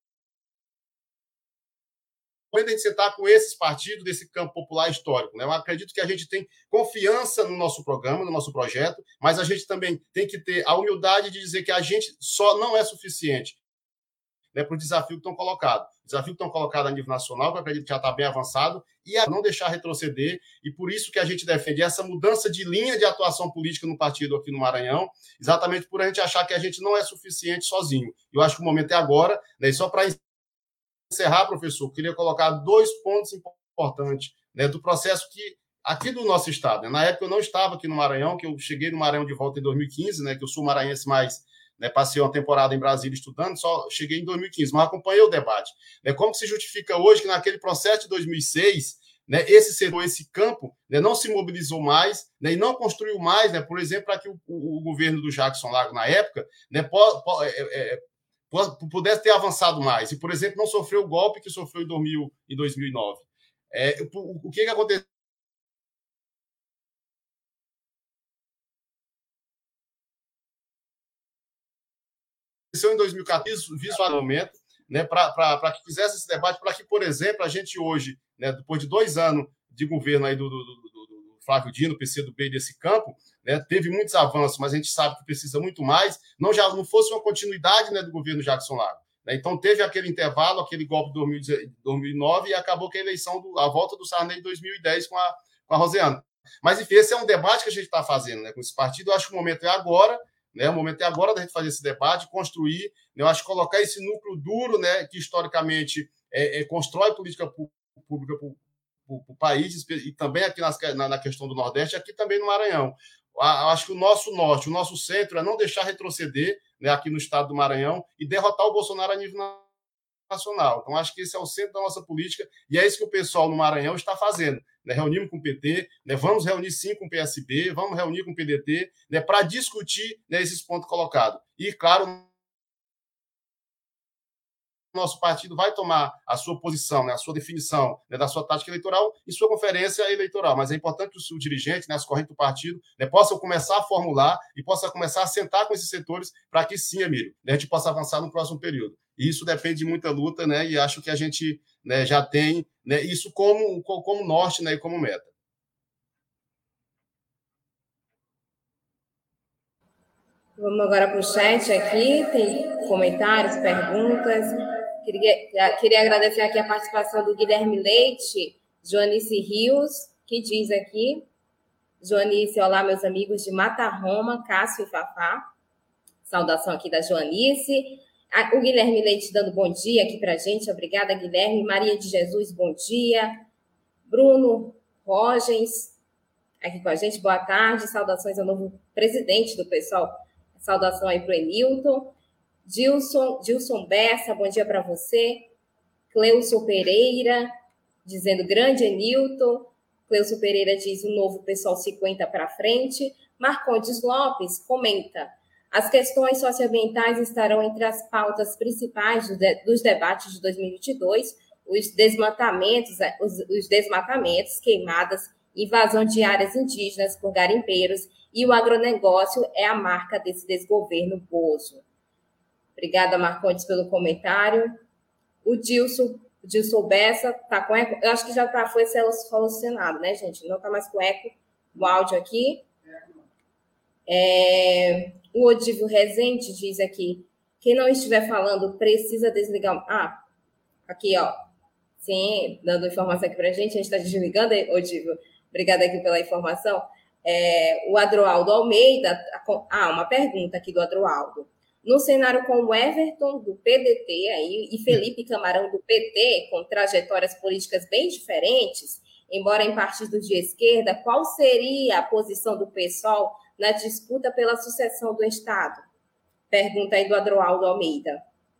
a gente sentar com esses partidos desse campo popular histórico, né? Eu acredito que a gente tem confiança no nosso programa, no nosso projeto, mas a gente também tem que ter a humildade de dizer que a gente só não é suficiente, né, para o desafio que estão colocados. O desafio que estão colocados a nível nacional, que eu acredito que já está bem avançado, e a não deixar retroceder, e por isso que a gente defende essa mudança de linha de atuação política no partido aqui no Maranhão, exatamente por a gente achar que a gente não é suficiente sozinho. Eu acho que o momento é agora, né, e só para encerrar, professor, queria colocar dois pontos importantes, né, do processo que aqui do nosso estado. Né? Na época eu não estava aqui no Maranhão, que eu cheguei no Maranhão de volta em dois mil e quinze, né, que eu sou maranhense, mas, né, passei uma temporada em Brasília estudando, só cheguei em dois mil e quinze, mas acompanhei o debate. Né? Como se justifica hoje que naquele processo de dois mil e seis, né, esse setor, esse campo, né, não se mobilizou mais, né, e não construiu mais, né, por exemplo, para que o, o, o governo do Jackson Lago, na época, né, po, po, é, é, pudesse ter avançado mais e, por exemplo, não sofreu o golpe que sofreu em dois mil e dois mil e nove. É, o, o que, que aconteceu? Em dois mil e quatorze, visualmente, né, para que fizesse esse debate, para que, por exemplo, a gente hoje, né, depois de dois anos de governo aí do, do, do, do Flávio Dino, P C do B desse campo, né, teve muitos avanços, mas a gente sabe que precisa muito mais, não já não fosse uma continuidade, né, do governo Jackson Lago. Né, então teve aquele intervalo, aquele golpe de dois mil e nove e acabou com a eleição, do, a volta do Sarney em dois mil e dez com a, com a Rosiana. Mas, enfim, esse é um debate que a gente está fazendo, né, com esse partido. Eu acho que o momento é agora. Né, o momento é agora da gente fazer esse debate, construir, né, eu acho que colocar esse núcleo duro, né, que historicamente é, é, constrói política pública para o país, e também aqui nas, na, na questão do Nordeste, aqui também no Maranhão. Eu acho que o nosso norte, o nosso centro é não deixar retroceder, né, aqui no estado do Maranhão e derrotar o Bolsonaro a nível nacional. Então, acho que esse é o centro da nossa política e é isso que o pessoal no Maranhão está fazendo. Né, reunimos com o P T, né, vamos reunir sim com o P S B, vamos reunir com o P D T, né, para discutir, né, esses pontos colocados. E, claro, o nosso partido vai tomar a sua posição, né, a sua definição, né, da sua tática eleitoral em sua conferência eleitoral. Mas é importante que o dirigente, né, as correntes do partido, né, possam começar a formular e possam começar a sentar com esses setores para que sim, Emílio, né, a gente possa avançar no próximo período. E isso depende de muita luta, né, e acho que a gente, né, já tem, né, isso como, como norte, né, e como meta. Vamos agora para o chat aqui, tem comentários, perguntas. Queria, queria agradecer aqui a participação do Guilherme Leite, Joanice Rios, que diz aqui, Joanice, olá, meus amigos de Mata Roma, Cássio e Fafá. Saudação aqui da Joanice. O Guilherme Leite dando bom dia aqui para a gente. Obrigada, Guilherme. Maria de Jesus, bom dia. Bruno Rogens, aqui com a gente. Boa tarde. Saudações ao novo presidente do pessoal. Saudação aí para o Enilton. Dilson, Dilson Bessa, bom dia para você. Cleuson Pereira, dizendo grande Enilton. Cleuson Pereira diz o novo pessoal cinquenta para frente. Marcondes Lopes comenta. As questões socioambientais estarão entre as pautas principais dos debates de dois mil e vinte e dois, os desmatamentos, os, os desmatamentos, queimadas, invasão de áreas indígenas por garimpeiros e o agronegócio é a marca desse desgoverno Bozo. Obrigada, Marcondes, pelo comentário. O Dilson, o Dilson Bessa está com eco. Eu acho que já tá, foi solucionado, né, gente? Não está mais com eco o áudio aqui. É... O Odívio Rezende diz aqui, quem não estiver falando precisa desligar... Ah, aqui, ó. Sim, dando informação aqui para a gente, a gente está desligando, Odívio. Obrigada aqui pela informação. É, o Adroaldo Almeida... Ah, uma pergunta aqui do Adroaldo. No cenário com o Everton, do P D T, aí, e Felipe Camarão, do P T, com trajetórias políticas bem diferentes, embora em partidos de esquerda, qual seria a posição do PSOL na disputa pela sucessão do Estado? Pergunta aí do Adroaldo Almeida.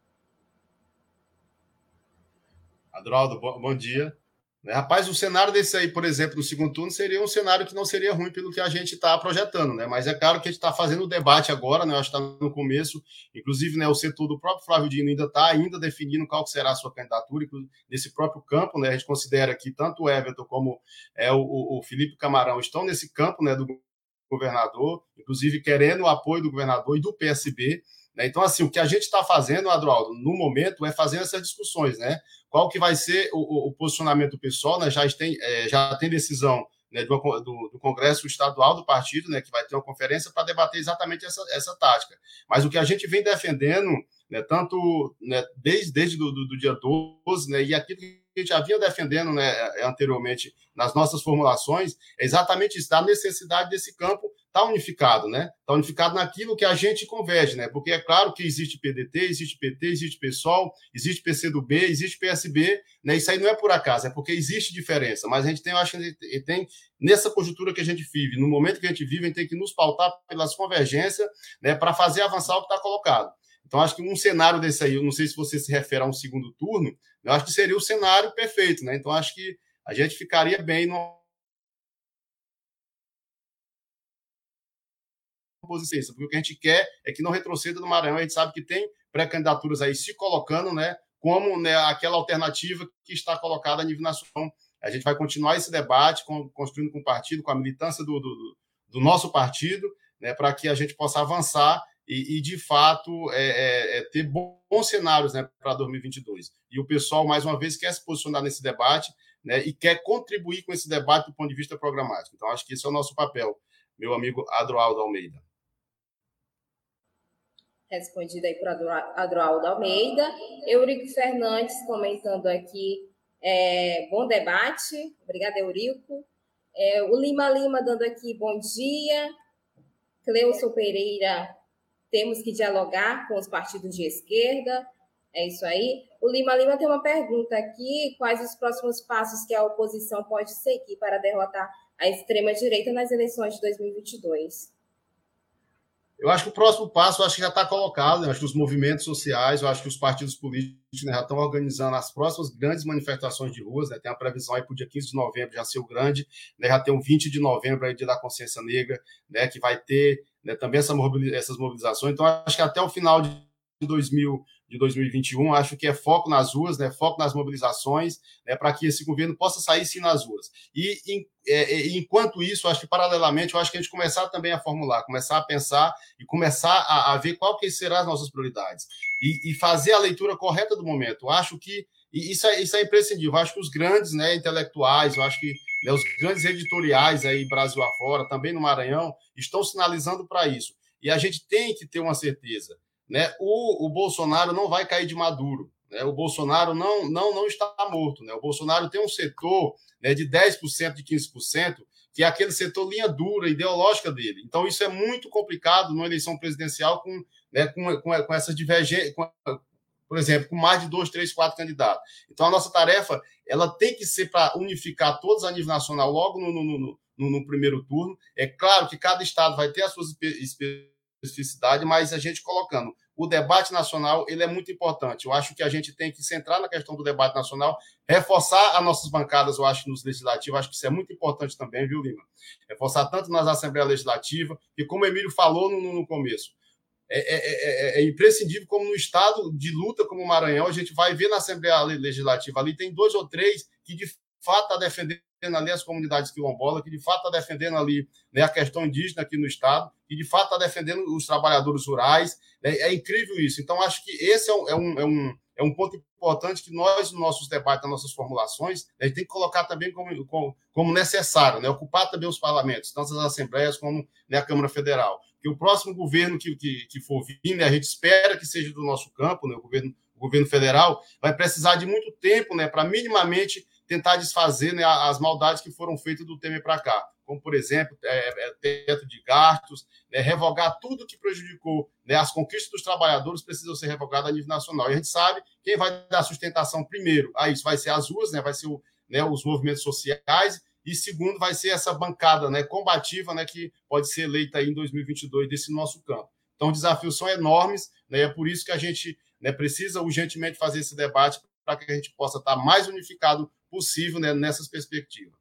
Adroaldo, bom, bom dia. Rapaz, o cenário desse aí, por exemplo, no segundo turno, seria um cenário que não seria ruim pelo que a gente está projetando, né? Mas é claro que a gente está fazendo o debate agora, né? Eu acho que está no começo, inclusive, né, o setor do próprio Flávio Dino ainda está ainda definindo qual será a sua candidatura, nesse próprio campo, né? A gente considera que tanto o Everton como é, o, o Felipe Camarão estão nesse campo, né, do governador, inclusive querendo o apoio do governador e do P S B. Né? Então, assim, o que a gente está fazendo, Adroaldo, no momento, é fazer essas discussões, né? Qual que vai ser o, o posicionamento do pessoal, né? Já tem, é, já tem decisão, né, do, do, do Congresso Estadual do partido, né, que vai ter uma conferência para debater exatamente essa, essa tática. Mas o que a gente vem defendendo, né, tanto, né, desde, desde do, do, do dia doze, né, e aquilo que a gente já vinha defendendo, né, anteriormente nas nossas formulações, é exatamente isso, da necessidade desse campo está unificado, né? Está unificado naquilo que a gente converge, né? Porque é claro que existe P D T, existe P T, existe PSOL, existe P C do B, existe P S B, né? Isso aí não é por acaso, é porque existe diferença. Mas a gente tem, eu acho que a gente tem, nessa conjuntura que a gente vive, no momento que a gente vive, a gente tem que nos pautar pelas convergências, né? Para fazer avançar o que está colocado. Então, acho que um cenário desse aí, eu não sei se você se refere a um segundo turno, eu acho que seria o cenário perfeito, né? Então, acho que a gente ficaria bem no posição, porque o que a gente quer é que não retroceda no Maranhão. A gente sabe que tem pré-candidaturas aí se colocando, né, como, né, aquela alternativa que está colocada a nível nacional. A gente vai continuar esse debate, com, construindo com o partido, com a militância do, do, do nosso partido, né, para que a gente possa avançar e, e de fato, é, é, é ter bons cenários, né, para dois mil e vinte e dois. E o pessoal, mais uma vez, quer se posicionar nesse debate, né, e quer contribuir com esse debate do ponto de vista programático. Então, acho que esse é o nosso papel, meu amigo Adroaldo Almeida. Respondida aí para Adroaldo Almeida. Eurico Fernandes comentando aqui, é, bom debate. Obrigada, Eurico. É, o Lima Lima dando aqui bom dia. Cleuson Pereira, temos que dialogar com os partidos de esquerda. É isso aí. O Lima Lima tem uma pergunta aqui: quais os próximos passos que a oposição pode seguir para derrotar a extrema-direita nas eleições de dois mil e vinte e dois? Eu acho que o próximo passo, eu acho que já está colocado, né? Eu acho que os movimentos sociais, eu acho que os partidos políticos, né, já estão organizando as próximas grandes manifestações de ruas, né? Tem a previsão aí para o dia quinze de novembro já ser o grande, né? Já tem o vinte de novembro aí, dia da consciência negra, né? Que vai ter, né, também essa mobiliza- essas mobilizações. Então, acho que até o final de dois mil, de dois mil e vinte e um, acho que é foco nas ruas, né? Foco nas mobilizações, né? Para que esse governo possa sair sim nas ruas. E em, é, enquanto isso, acho que paralelamente, eu acho que a gente começar também a formular, começar a pensar e começar a, a ver qual que serão as nossas prioridades e, e fazer a leitura correta do momento. Eu acho que e isso, é, isso é imprescindível. Eu acho que os grandes, né, intelectuais, eu acho que, né, os grandes editoriais aí Brasil afora, também no Maranhão, estão sinalizando para isso. E a gente tem que ter uma certeza, né? O, o Bolsonaro não vai cair de maduro, né? O Bolsonaro não, não, não está morto, né? O Bolsonaro tem um setor, né, de dez por cento, de quinze por cento, que é aquele setor linha dura, ideológica dele. Então, isso é muito complicado numa eleição presidencial com, né, com, com, com essa divergência, com, por exemplo, com mais de dois, três, quatro candidatos. Então, a nossa tarefa ela tem que ser para unificar todos a nível nacional logo no, no, no, no, no primeiro turno. É claro que cada estado vai ter as suas especificidades, mas a gente colocando o debate nacional, ele é muito importante. Eu acho que a gente tem que centrar na questão do debate nacional, reforçar as nossas bancadas, eu acho, nos legislativos, acho que isso é muito importante também, viu, Lima? Reforçar tanto nas Assembleias Legislativas, e como o Emílio falou no, no começo, é, é, é, é imprescindível como no estado de luta como o Maranhão, a gente vai ver na Assembleia Legislativa ali, tem dois ou três que de fato está defendendo ali as comunidades quilombolas, que de fato está defendendo ali, né, a questão indígena aqui no estado, que de fato está defendendo os trabalhadores rurais. É, é incrível isso. Então, acho que esse é um, é um, é um, é um ponto importante que nós, nos nossos debates, nas nossas formulações, a gente tem que colocar também como, como, como necessário, né, ocupar também os parlamentos, tanto as assembleias como, né, a Câmara Federal. Que o próximo governo que, que, que for vir, né, a gente espera que seja do nosso campo, né, o, governo, o governo federal, vai precisar de muito tempo, né, para minimamente tentar desfazer, né, as maldades que foram feitas do Temer para cá, como, por exemplo, é, é, teto de gastos, né, revogar tudo que prejudicou, né, as conquistas dos trabalhadores precisam ser revogadas a nível nacional. E a gente sabe quem vai dar sustentação primeiro a isso vai ser as ruas, né, vai ser o, né, os movimentos sociais, e segundo vai ser essa bancada, né, combativa, né, que pode ser eleita aí em dois mil e vinte e dois desse nosso campo. Então, os desafios são enormes, né, e é por isso que a gente, né, precisa urgentemente fazer esse debate para que a gente possa estar mais unificado possível, né, nessas perspectivas.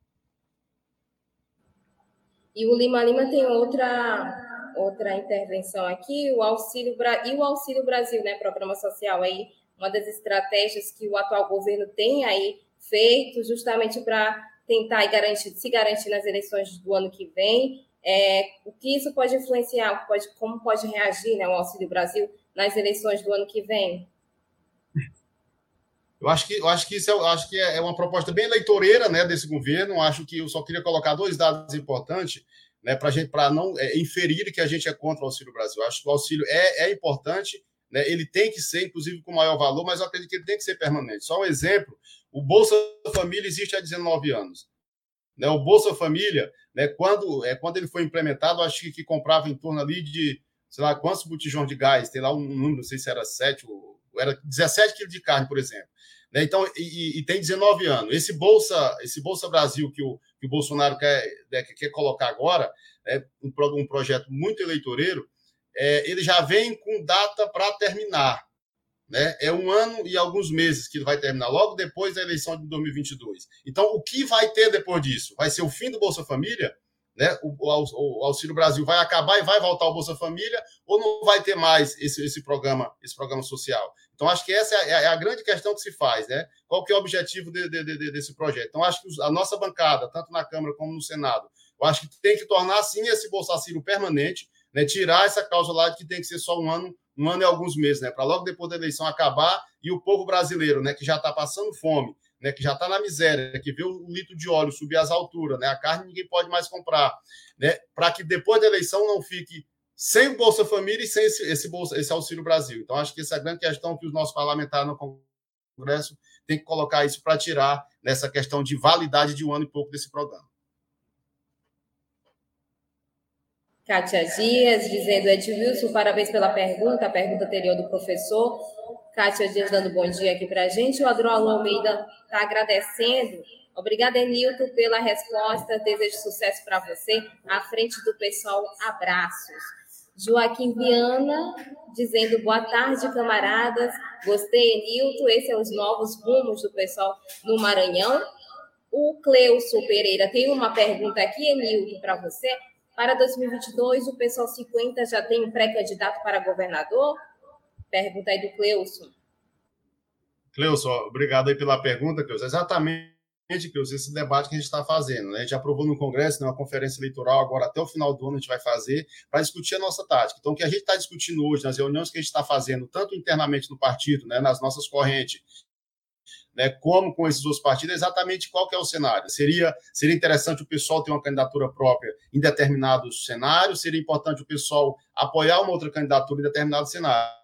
E o Lima Lima tem outra, outra intervenção aqui, o Auxílio, e o Auxílio Brasil, né, programa social aí, uma das estratégias que o atual governo tem aí feito justamente para tentar garantir, se garantir nas eleições do ano que vem. É, o que isso pode influenciar, pode, como pode reagir, né, o Auxílio Brasil nas eleições do ano que vem? Eu acho que, eu acho que isso é, acho que é uma proposta bem eleitoreira, né, desse governo. Eu acho que eu só queria colocar dois dados importantes, né, para gente, para não é, inferir que a gente é contra o Auxílio Brasil. Eu acho que o auxílio é, é importante, né, ele tem que ser, inclusive, com maior valor, mas eu acredito que ele tem que ser permanente. Só um exemplo, o Bolsa Família existe há dezenove anos. Né? O Bolsa Família, né, quando, é, quando ele foi implementado, acho que, que comprava em torno ali de, sei lá, quantos botijões de gás, tem lá um número, não sei se era sete, ou era dezessete quilos de carne, por exemplo. Né? Então, e, e tem dezenove anos. Esse Bolsa, esse Bolsa Brasil que o, que o Bolsonaro quer, né, quer colocar agora, é um, um projeto muito eleitoreiro, é, ele já vem com data para terminar. Né? É um ano e alguns meses que ele vai terminar, logo depois da eleição de dois mil e vinte e dois. Então, o que vai ter depois disso? Vai ser o fim do Bolsa Família? Né? O, o, o Auxílio Brasil vai acabar e vai voltar ao Bolsa Família, ou não vai ter mais esse, esse, programa, esse programa social? Então, acho que essa é a, é a grande questão que se faz. Né? Qual que é o objetivo de, de, de, desse projeto? Então, acho que a nossa bancada, tanto na Câmara como no Senado, eu acho que tem que tornar, sim, esse Bolsa Auxílio permanente, né? Tirar essa cláusula lá de que tem que ser só um ano, um ano e alguns meses, né? Para logo depois da eleição acabar e o povo brasileiro, né, que já está passando fome, né, que já está na miséria, que vê o litro de óleo subir às alturas, né, a carne ninguém pode mais comprar, né, para que depois da eleição não fique sem o Bolsa Família e sem esse, esse, Bolsa, esse Auxílio Brasil. Então, acho que essa é a grande questão que os nossos parlamentares no Congresso têm que colocar isso para tirar nessa questão de validade de um ano e pouco desse programa. Kátia Dias, dizendo, Edilson, parabéns pela pergunta, a pergunta anterior do professor. Kátia Dias dando bom dia aqui para a gente. O Adroaldo Almeida está agradecendo. Obrigada, Enilton, pela resposta. Desejo sucesso para você. À frente do pessoal, abraços. Joaquim Viana, dizendo, boa tarde, camaradas. Gostei, Enilton. Esses são os novos rumos do pessoal no Maranhão. O Cleuson Pereira tem uma pergunta aqui, Enilton, para você. Para dois mil e vinte e dois, o Pessoal cinquenta já tem um pré-candidato para governador? Pergunta aí do Cleuson. Cleuson, obrigado aí pela pergunta, Cleuson. Exatamente, Cleuson, esse debate que a gente está fazendo. Né? A gente aprovou no Congresso, né, uma conferência eleitoral, agora até o final do ano a gente vai fazer, para discutir a nossa tática. Então, o que a gente está discutindo hoje, nas reuniões que a gente está fazendo, tanto internamente no partido, né, nas nossas correntes, né, como com esses outros partidos, exatamente qual que é o cenário. Seria, seria interessante o pessoal ter uma candidatura própria em determinados cenários, seria importante o pessoal apoiar uma outra candidatura em determinado cenário.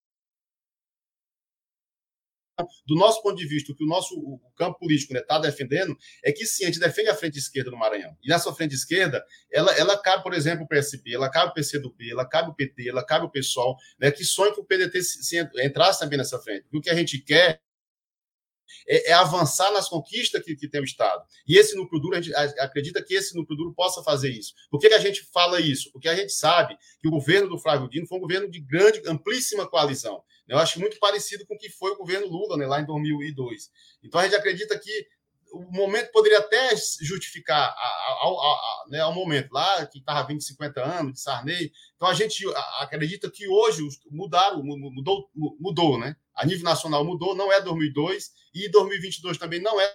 Do nosso ponto de vista, o que o nosso o campo político está, né, defendendo é que, sim, a gente defende a frente esquerda no Maranhão. E nessa frente esquerda, ela, ela cabe, por exemplo, o P S B, ela cabe o P C do B, ela cabe o P T, ela cabe o PSOL, né, que sonha que o P D T se, se entrasse também nessa frente. O que a gente quer É, é avançar nas conquistas que, que tem o Estado. E esse núcleo duro, a gente acredita que esse núcleo duro possa fazer isso. Por que, que a gente fala isso? Porque a gente sabe que o governo do Flávio Dino foi um governo de grande, amplíssima coalizão. Eu acho muito parecido com o que foi o governo Lula, né, lá em dois mil e dois. Então, a gente acredita que o momento poderia até justificar ao, ao, né, ao momento lá, que estava vindo de cinquenta anos, de Sarney. Então, a gente acredita que hoje mudaram, mudou, mudou, né? A nível nacional mudou, não é dois mil e dois, e dois mil e vinte e dois também não é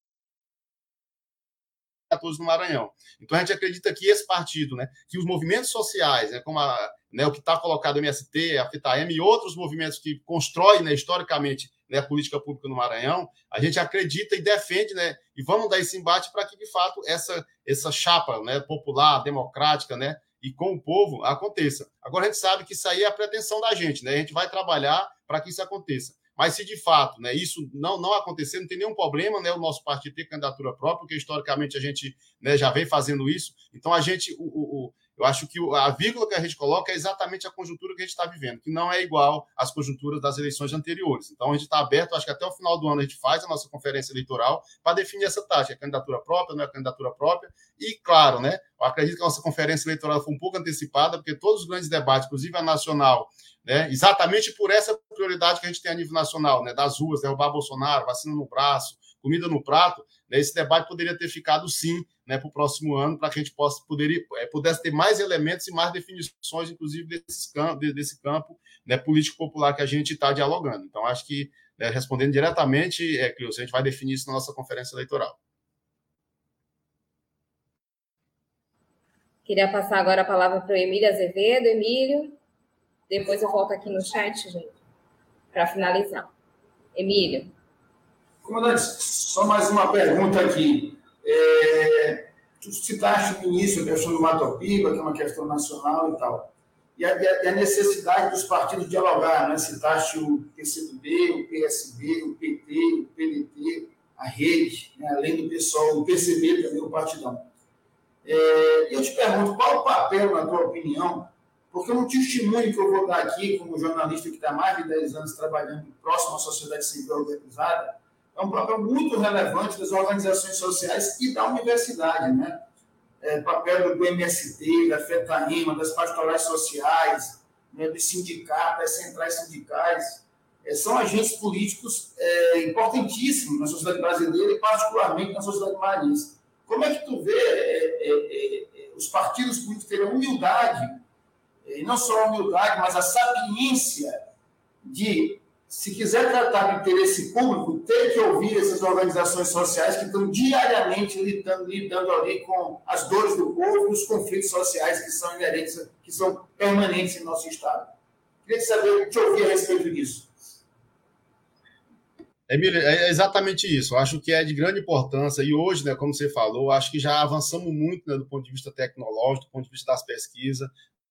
quatorze no Maranhão. Então, a gente acredita que esse partido, né, que os movimentos sociais, né, como a, né, o que está colocado no M S T, a FETAEM e outros movimentos que constroem, né, historicamente, né, a política pública no Maranhão, a gente acredita e defende, né, e vamos dar esse embate para que, de fato, essa, essa chapa, né, popular, democrática, né, e com o povo aconteça. Agora, a gente sabe que isso aí é a pretensão da gente, né, a gente vai trabalhar para que isso aconteça. Mas se de fato, né, isso não, não acontecer, não tem nenhum problema, né, o nosso partido ter candidatura própria, porque historicamente a gente, né, já vem fazendo isso. Então, a gente, o, o, o, eu acho que a vírgula que a gente coloca é exatamente a conjuntura que a gente está vivendo, que não é igual às conjunturas das eleições anteriores. Então, a gente está aberto, acho que até o final do ano a gente faz a nossa conferência eleitoral para definir essa taxa, é candidatura própria, não é candidatura própria. E, claro, né, eu acredito que a nossa conferência eleitoral foi um pouco antecipada, porque todos os grandes debates, inclusive a nacional, né, exatamente por essa prioridade que a gente tem a nível nacional, né, das ruas, derrubar Bolsonaro, vacina no braço, comida no prato, né, esse debate poderia ter ficado, sim, né, para o próximo ano, para que a gente possa, poderia, pudesse ter mais elementos e mais definições, inclusive, desse campo, desse campo, né, político-popular que a gente está dialogando. Então, acho que, né, respondendo diretamente, é, Cleuson, a gente vai definir isso na nossa conferência eleitoral. Queria passar agora a palavra para o Emílio Azevedo. Emílio, depois eu volto aqui no chat, gente, para finalizar. Emílio. Comandante, só mais uma pergunta aqui. É, tu citaste no início a questão do Mato Piba, que é uma questão nacional e tal, e a, e a necessidade dos partidos dialogar, né? Citaste o P C do B, o P S B, o P T, o P D T, a rede, né, além do pessoal perceber também o partidão. É, eu te pergunto, qual o papel, na tua opinião, porque um testemunho que eu vou dar aqui, como jornalista que está há mais de dez anos trabalhando próximo à sociedade civil organizada, é um papel muito relevante das organizações sociais e da universidade, né? É, papel do M S T, da FETAIMA, das pastorais sociais, né, dos sindicatos, das centrais sindicais, é, são agentes políticos é, importantíssimos na sociedade brasileira e particularmente na sociedade maranhense. Como é que tu vê é, é, é, os partidos políticos terem a humildade, e não só a humildade, mas a sapiência de, se quiser tratar de interesse público, ter que ouvir essas organizações sociais que estão diariamente lidando, lidando ali com as dores do povo e os conflitos sociais que são inerentes, que são permanentes em nosso Estado. Queria saber, te ouvir a respeito disso. Emílio, é exatamente isso. Eu acho que é de grande importância. E hoje, né, como você falou, acho que já avançamos muito, né, do ponto de vista tecnológico, do ponto de vista das pesquisas.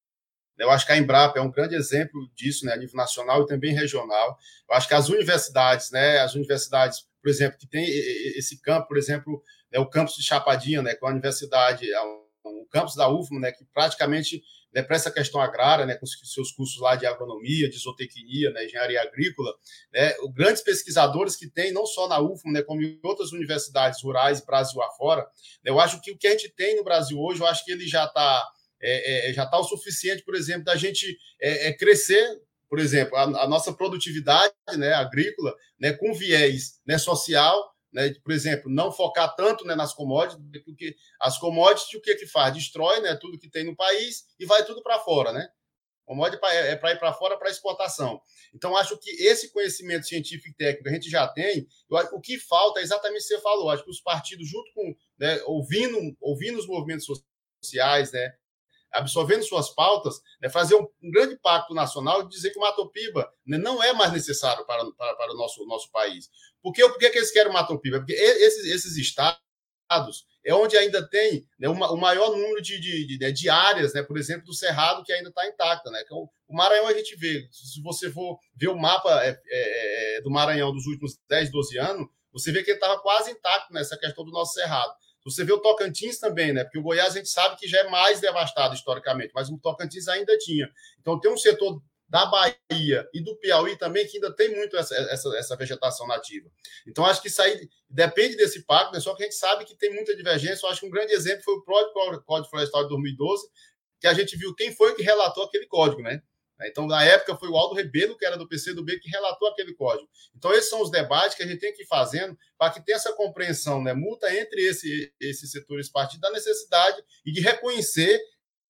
Eu acho que a Embrapa é um grande exemplo disso, né, a nível nacional e também regional. Eu acho que as universidades, né, as universidades, por exemplo, que tem esse campo, por exemplo, é o campus de Chapadinha, né, com a universidade, o campus da U F M, né, que praticamente, né, para essa questão agrária, né, com os seus cursos lá de agronomia, de zootecnia, né, engenharia agrícola, né, os grandes pesquisadores que tem, não só na U F M, né, como em outras universidades rurais, Brasil afora, né, eu acho que o que a gente tem no Brasil hoje, eu acho que ele já está É, é, já está o suficiente, por exemplo, da gente é, é, crescer, por exemplo, a, a nossa produtividade, né, agrícola, né, com viés, né, social, né, de, por exemplo, não focar tanto, né, nas commodities, porque as commodities, o que que faz? Destrói, né, tudo que tem no país e vai tudo para fora, né? Commodity é para ir para fora, para exportação. Então, acho que esse conhecimento científico e técnico a gente já tem. Eu acho, o que falta é exatamente o que você falou. Acho que os partidos, junto com, né, ouvindo, ouvindo os movimentos sociais, né, absorvendo suas pautas, né, fazer um, um grande pacto nacional e dizer que o Matopiba, né, não é mais necessário para, para, para o nosso, nosso país. Por que, por que eles querem o Matopiba? Porque esses, esses estados é onde ainda tem, né, uma, o maior número de, de, de, de áreas, né, por exemplo, do Cerrado, que ainda está intacta. Né? Então, o Maranhão a gente vê, se você for ver o mapa é, é, do Maranhão dos últimos dez, doze anos, você vê que ele estava quase intacto nessa questão do nosso Cerrado. Você vê o Tocantins também, né? Porque o Goiás a gente sabe que já é mais devastado historicamente, mas o Tocantins ainda tinha. Então tem um setor da Bahia e do Piauí também que ainda tem muito essa, essa, essa vegetação nativa. Então acho que isso aí depende desse pacto, né? Só que a gente sabe que tem muita divergência. Eu acho que um grande exemplo foi o próprio Código Florestal de dois mil e doze, que a gente viu quem foi que relatou aquele código, né? Então, na época, foi o Aldo Rebelo, que era do P C do B, que relatou aquele código. Então, esses são os debates que a gente tem que ir fazendo para que tenha essa compreensão, né, mútua entre esse, esses setores partidos, da necessidade e de reconhecer,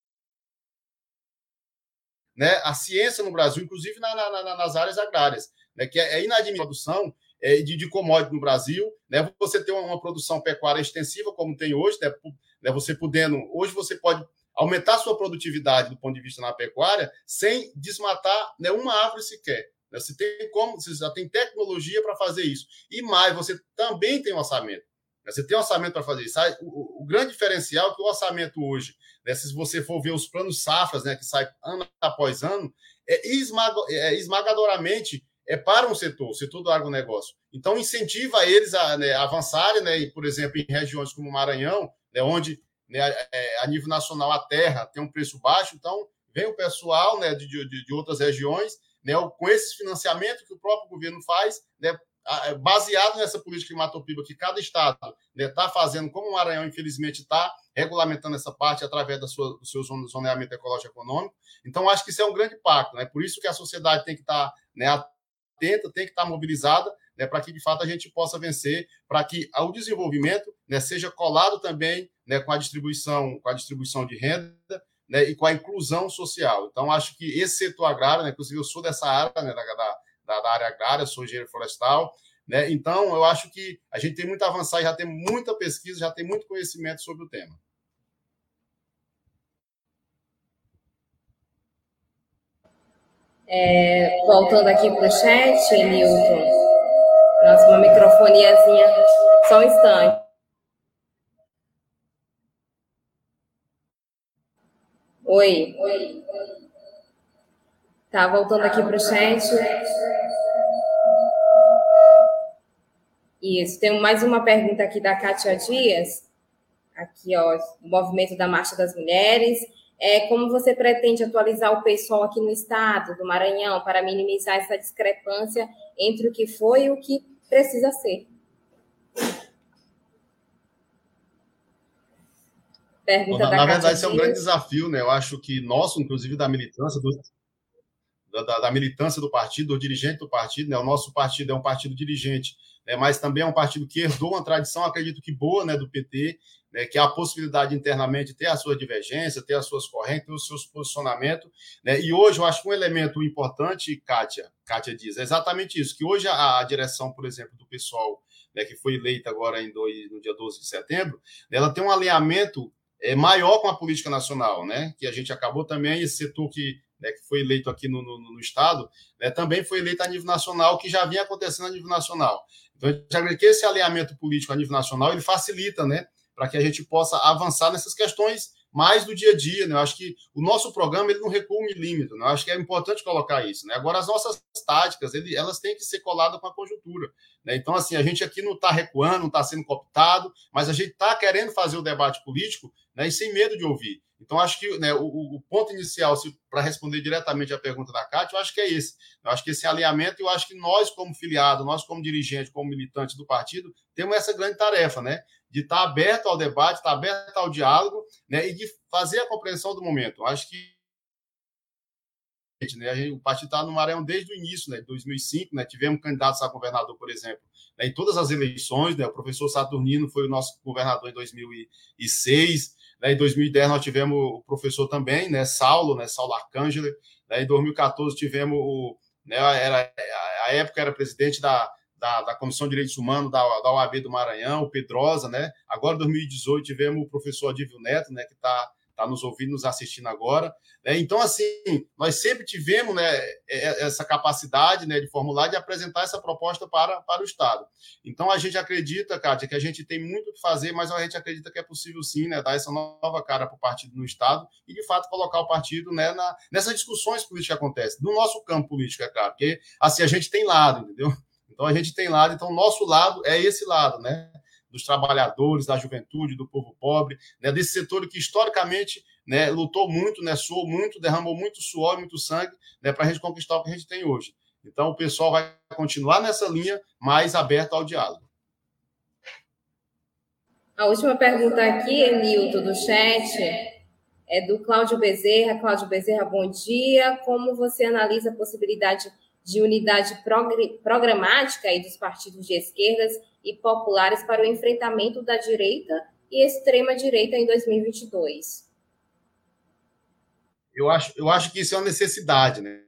né, a ciência no Brasil, inclusive na, na, nas áreas agrárias, né, que é inadmissível a produção é, de, de commodity no Brasil, né, você ter uma, uma produção pecuária extensiva, como tem hoje, né, né, você podendo... Hoje você pode aumentar sua produtividade do ponto de vista na pecuária sem desmatar, né, uma árvore sequer. Você tem como, você já tem tecnologia para fazer isso. E mais, você também tem um orçamento. Você tem um orçamento para fazer isso. O, o, o grande diferencial é que o orçamento hoje, né, se você for ver os planos safras, né, que saem ano após ano, é, esmaga, é esmagadoramente é para um setor, o setor do agronegócio. Então, incentiva eles a, né, avançarem, né, por exemplo, em regiões como o Maranhão, né, onde, né, a nível nacional, a terra tem um preço baixo, então vem o pessoal, né, de, de, de outras regiões, né, com esses financiamentos que o próprio governo faz, né, baseado nessa política de Matopiba que cada estado está, né, fazendo, como o Maranhão, infelizmente, está regulamentando essa parte através da sua, do seu zoneamento ecológico econômico. Então, acho que isso é um grande pacto. Né? Por isso que a sociedade tem que estar, tá, né, atenta, tem que estar tá mobilizada, né, para que, de fato, a gente possa vencer, para que o desenvolvimento, né, seja colado também, né, com a distribuição, com a distribuição de renda, né, e com a inclusão social. Então, acho que esse setor agrário, né, inclusive eu sou dessa área, né, da, da, da área agrária, sou engenheiro florestal, né, então eu acho que a gente tem muito a avançar, já tem muita pesquisa, já tem muito conhecimento sobre o tema. É, voltando aqui para o chat, Newton. Nossa, uma microfoniazinha, só um instante. Oi. Oi. Tá, voltando aqui para o chat. Isso, tem mais uma pergunta aqui da Kátia Dias, aqui, ó, do Movimento da Marcha das Mulheres. É, como você pretende atualizar o pessoal aqui no estado do Maranhão para minimizar essa discrepância entre o que foi e o que precisa ser? Pergunta na, da na verdade, isso é um grande desafio, né? Eu acho que nosso, inclusive da militância, do, da, da militância do partido, do dirigente do partido, né? O nosso partido é um partido dirigente, né? Mas também é um partido que herdou uma tradição, acredito que boa, né, do P T, né, que há a possibilidade internamente de ter a sua divergência, ter as suas correntes, ter os seus posicionamentos, né? E hoje eu acho que um elemento importante, Kátia, Kátia diz, é exatamente isso, que hoje a, a direção, por exemplo, do pessoal, né, que foi eleita agora em dois, no dia doze de setembro, ela tem um alinhamento é, maior com a política nacional, né? Que a gente acabou também, esse setor que, né, que foi eleito aqui no, no, no Estado, né, também foi eleito a nível nacional, que já vinha acontecendo a nível nacional. Então, a gente acredita que esse alinhamento político a nível nacional, ele facilita, né, para que a gente possa avançar nessas questões mais do dia a dia, né? Eu acho que o nosso programa ele não recua um milímetro, né? Eu acho que é importante colocar isso, né? Agora, as nossas táticas, ele, elas têm que ser coladas com a conjuntura, né? Então, assim, a gente aqui não está recuando, não está sendo cooptado, mas a gente está querendo fazer o debate político, né, e sem medo de ouvir. Então, acho que, né, o, o ponto inicial, para responder diretamente à pergunta da Kátia, eu acho que é esse. Eu acho que esse alinhamento, eu acho que nós, como filiado, nós, como dirigente, como militante do partido, temos essa grande tarefa, né? De estar aberto ao debate, estar aberto ao diálogo, né, e de fazer a compreensão do momento. Acho que, né, o partido está no Maranhão desde o início, né, de dois mil e cinco, né, tivemos candidatos a governador, por exemplo, né, em todas as eleições, né, o professor Saturnino foi o nosso governador em dois mil e seis, né, em dois mil e dez nós tivemos o professor também, né, Saulo, né, Saulo Arcângelo, né, em dois mil e quatorze tivemos o, né, era, a época era presidente da Da, da Comissão de Direitos Humanos da, da O A B do Maranhão, o Pedrosa, né? Agora, em dois mil e dezoito, tivemos o professor Adívio Neto, né? Que está tá nos ouvindo, nos assistindo agora. Né? Então, assim, nós sempre tivemos, né, essa capacidade, né, de formular, de apresentar essa proposta para, para o Estado. Então, a gente acredita, Kátia, que a gente tem muito o que fazer, mas a gente acredita que é possível, sim, né, dar essa nova cara para o partido no Estado e, de fato, colocar o partido, né, na, nessas discussões políticas que acontecem. No nosso campo político, é claro, porque, assim, a gente tem lado, entendeu? Então, a gente tem lado, então, o nosso lado é esse lado, né? Dos trabalhadores, da juventude, do povo pobre, né? Desse setor que, historicamente, né, lutou muito, né, suou muito, derramou muito suor, muito sangue, né, para a gente conquistar o que a gente tem hoje. Então, o pessoal vai continuar nessa linha, mais aberto ao diálogo. A última pergunta aqui, Enilton, do chat, é do Cláudio Bezerra. Cláudio Bezerra, bom dia. Como você analisa a possibilidade de unidade programática aí dos partidos de esquerdas e populares para o enfrentamento da direita e extrema-direita em dois mil e vinte e dois? Eu acho, eu acho que isso é uma necessidade, né?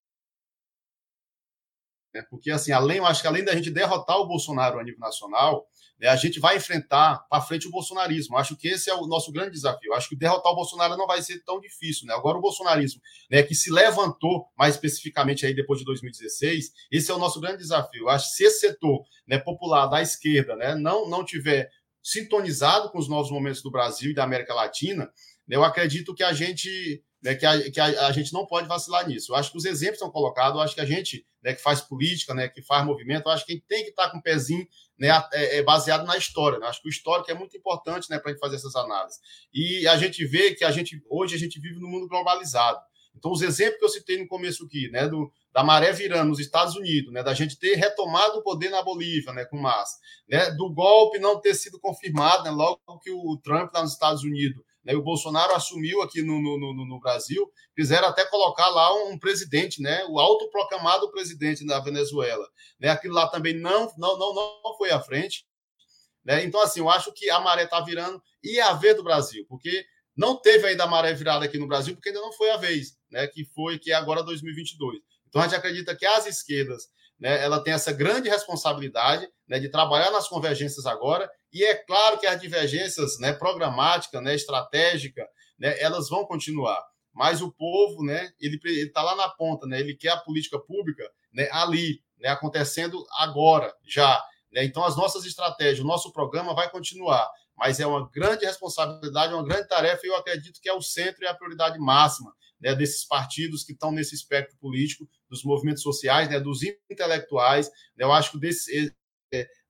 Porque, assim, além, eu acho que além da gente derrotar o Bolsonaro a nível nacional, né, a gente vai enfrentar para frente o bolsonarismo. Eu acho que esse é o nosso grande desafio. Eu acho que derrotar o Bolsonaro não vai ser tão difícil, né? Agora, o bolsonarismo, né, que se levantou mais especificamente aí depois de dois mil e dezesseis, esse é o nosso grande desafio. Eu acho que se esse setor, né, popular da esquerda, né, não, não tiver sintonizado com os novos momentos do Brasil e da América Latina, né, eu acredito que a gente... Né, que, a, que a, a gente não pode vacilar nisso. Eu acho que os exemplos são colocados, eu acho que a gente, né, que faz política, né, que faz movimento, eu acho que a gente tem que estar com o pezinho, né, é, é baseado na história. Né? Eu acho que o histórico é muito importante, né, para a gente fazer essas análises. E a gente vê que a gente, hoje a gente vive num mundo globalizado. Então, os exemplos que eu citei no começo aqui, né, do, da maré virando nos Estados Unidos, né, da gente ter retomado o poder na Bolívia, né, com Massa, né, do golpe não ter sido confirmado, né, logo que o Trump lá nos Estados Unidos, né, o Bolsonaro assumiu aqui no, no, no, no Brasil, fizeram até colocar lá um, um presidente, né, o autoproclamado presidente da Venezuela. Né, aquilo lá também não, não, não, não foi à frente. Né, então, assim, eu acho que a maré está virando e é a vez do Brasil, porque não teve ainda a maré virada aqui no Brasil, porque ainda não foi a vez, né, que foi, que é agora dois mil e vinte e dois. Então, a gente acredita que as esquerdas, né, ela tem essa grande responsabilidade, né, de trabalhar nas convergências agora, e é claro que as divergências, né, programáticas, né, estratégicas, né, elas vão continuar. Mas o povo, né, ele está lá na ponta, né, ele quer a política pública, né, ali, né, acontecendo agora, já. Né, então, as nossas estratégias, o nosso programa vai continuar, mas é uma grande responsabilidade, uma grande tarefa, e eu acredito que é o centro e a prioridade máxima, né, desses partidos que estão nesse espectro político, dos movimentos sociais, né, dos intelectuais. Né, eu acho que desse,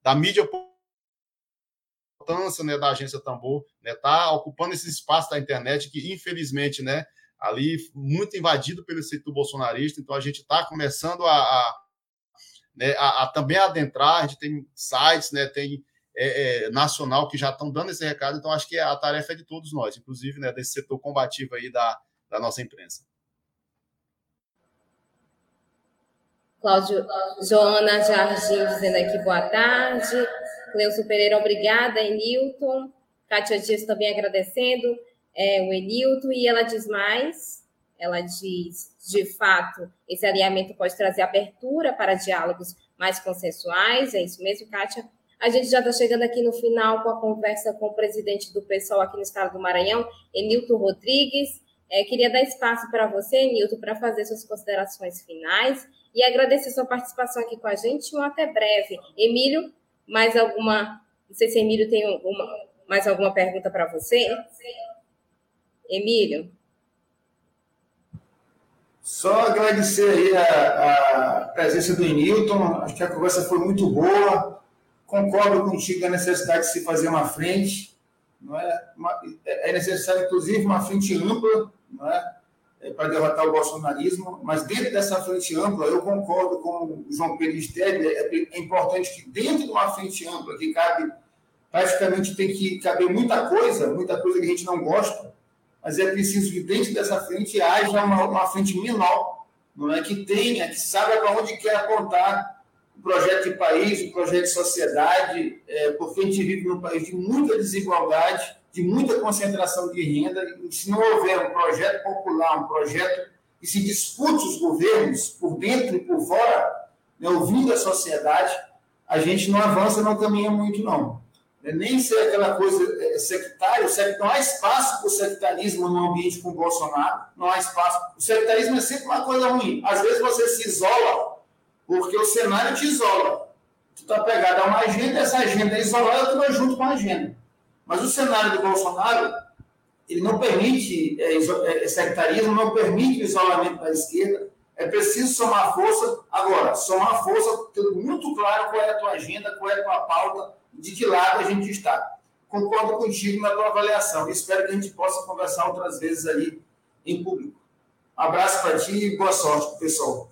da mídia, importância, né, da Agência Tambor, né, tá ocupando esse espaço da internet que, infelizmente, né, ali muito invadido pelo setor bolsonarista. Então a gente está começando a, a, né, a, a também adentrar. A gente tem sites, né, tem é, é, nacional que já estão dando esse recado. Então acho que a tarefa é de todos nós, inclusive, né, desse setor combativo aí da, da nossa imprensa. Cláudio, Joana Jardim dizendo aqui boa tarde. Cleuso Pereira, obrigada. Enilton. Kátia Dias também agradecendo é, o Enilton. E ela diz mais, ela diz, de fato, esse alinhamento pode trazer abertura para diálogos mais consensuais. É isso mesmo, Kátia? A gente já está chegando aqui no final com a conversa com o presidente do PSOL aqui no estado do Maranhão, Enilton Rodrigues. É, queria dar espaço para você, Enilton, para fazer suas considerações finais e agradecer sua participação aqui com a gente. Um até breve. Emílio, mais alguma... Não sei se Emílio tem alguma, mais alguma pergunta para você. Emílio? Só agradecer aí a, a presença do Enilton. Acho que a conversa foi muito boa. Concordo contigo na necessidade de se fazer uma frente. Não é? Uma, é necessário, inclusive, uma frente ampla, não é? É, para derrotar o bolsonarismo, mas dentro dessa frente ampla, eu concordo com o João Pedro Esteves, é importante que dentro de uma frente ampla, que cabe, praticamente tem que caber muita coisa, muita coisa que a gente não gosta, mas é preciso que dentro dessa frente haja uma, uma frente menor, não é? Que tenha, que saiba para onde quer apontar o projeto de país, o projeto de sociedade, é, porque a gente vive num país de muita desigualdade, de muita concentração de renda, e se não houver um projeto popular, um projeto que se dispute os governos por dentro e por fora, né, ouvindo a sociedade, a gente não avança, não caminha muito, não. Nem ser aquela coisa sectária, não há espaço para o sectarismo no ambiente com o Bolsonaro, não há espaço. O sectarismo é sempre uma coisa ruim. Às vezes você se isola porque o cenário te isola. Tu está pegado a uma agenda, essa agenda é isolada, tu vai junto com a agenda. Mas o cenário do Bolsonaro, ele não permite é, é, sectarismo, não permite o isolamento da esquerda. É preciso somar força. Agora, somar força, tendo muito claro qual é a tua agenda, qual é a tua pauta, de que lado a gente está. Concordo contigo na tua avaliação. Espero que a gente possa conversar outras vezes ali em público. Um abraço para ti e boa sorte, pessoal.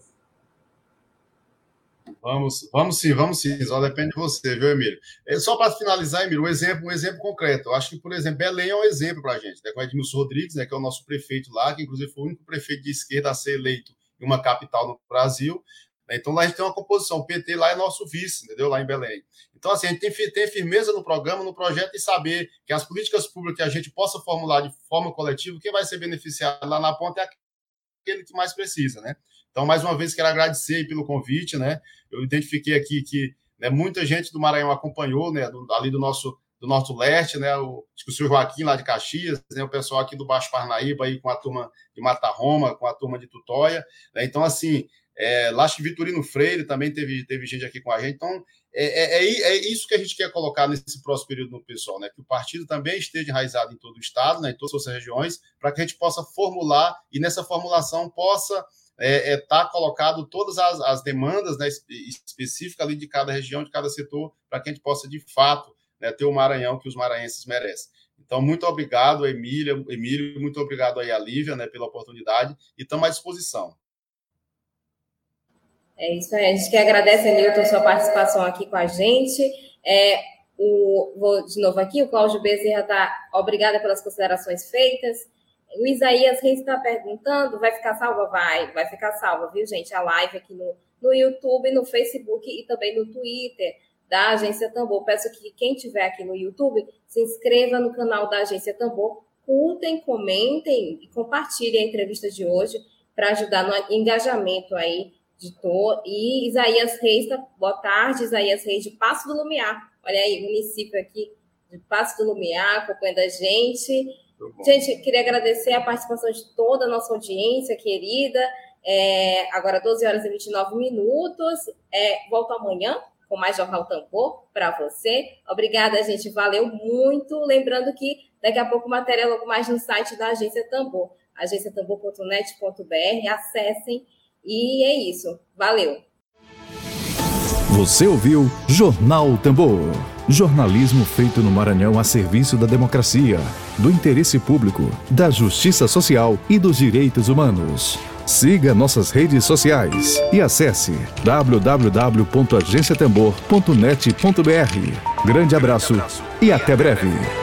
Vamos, vamos sim, vamos sim, só depende de você, viu, Emílio? É, só para finalizar, Emílio, um exemplo, um exemplo concreto. Eu acho que, por exemplo, Belém é um exemplo para a gente, né? Com o Edmilson Rodrigues, né, que é o nosso prefeito lá, que inclusive foi o único prefeito de esquerda a ser eleito em uma capital no Brasil. Né? Então, lá a gente tem uma composição, o P T lá é nosso vice, entendeu? Lá em Belém. Então, assim, a gente tem que ter firmeza no programa, no projeto, e saber que as políticas públicas que a gente possa formular de forma coletiva, quem vai ser beneficiado lá na ponta é aquele que mais precisa, né? Então, mais uma vez, quero agradecer pelo convite, né? Eu identifiquei aqui que, né, muita gente do Maranhão acompanhou, né, do, ali do nosso, do nosso leste, né? O, acho que o senhor Joaquim lá de Caxias, né, o pessoal aqui do Baixo Parnaíba aí com a turma de Mata Roma, com a turma de Tutóia, né? Então, assim, é, lá de Vitorino Freire também teve, teve gente aqui com a gente. Então, é, é, é isso que a gente quer colocar nesse próximo período no pessoal, né? Que o partido também esteja enraizado em todo o estado, né, em todas as regiões, para que a gente possa formular e nessa formulação possa é, é, tá colocado todas as, as demandas, né, específicas ali de cada região, de cada setor, para que a gente possa, de fato, né, ter o Maranhão que os maranhenses merecem. Então, muito obrigado, Emília, Emílio, muito obrigado aí a Lívia, né, pela oportunidade, e estamos à disposição. É isso aí, a gente que agradece, Enilton, sua participação aqui com a gente. É, o, vou de novo aqui, o Cláudio Bezerra está obrigada pelas considerações feitas. O Isaías Reis está perguntando, vai ficar salva? Vai, vai ficar salva, viu, gente? A live aqui no, no YouTube, no Facebook e também no Twitter da Agência Tambor. Peço que quem estiver aqui no YouTube se inscreva no canal da Agência Tambor, curtem, comentem e compartilhem a entrevista de hoje para ajudar no engajamento aí de todo. E Isaías Reis, boa tarde, Isaías Reis de Passo do Lumiar. Olha aí, município aqui de Passo do Lumiar, acompanhando a gente. Gente, queria agradecer a participação de toda a nossa audiência querida. É, agora, doze horas e vinte e nove minutos. É, volto amanhã com mais Jornal Tambor para você. Obrigada, gente. Valeu muito. Lembrando que daqui a pouco matéria logo mais no site da Agência Tambor, agência tambor ponto net ponto b r. Acessem. E é isso. Valeu. Você ouviu Jornal Tambor. Jornalismo feito no Maranhão a serviço da democracia, do interesse público, da justiça social e dos direitos humanos. Siga nossas redes sociais e acesse w w w ponto agência tambor ponto net ponto b r. Grande abraço e até breve.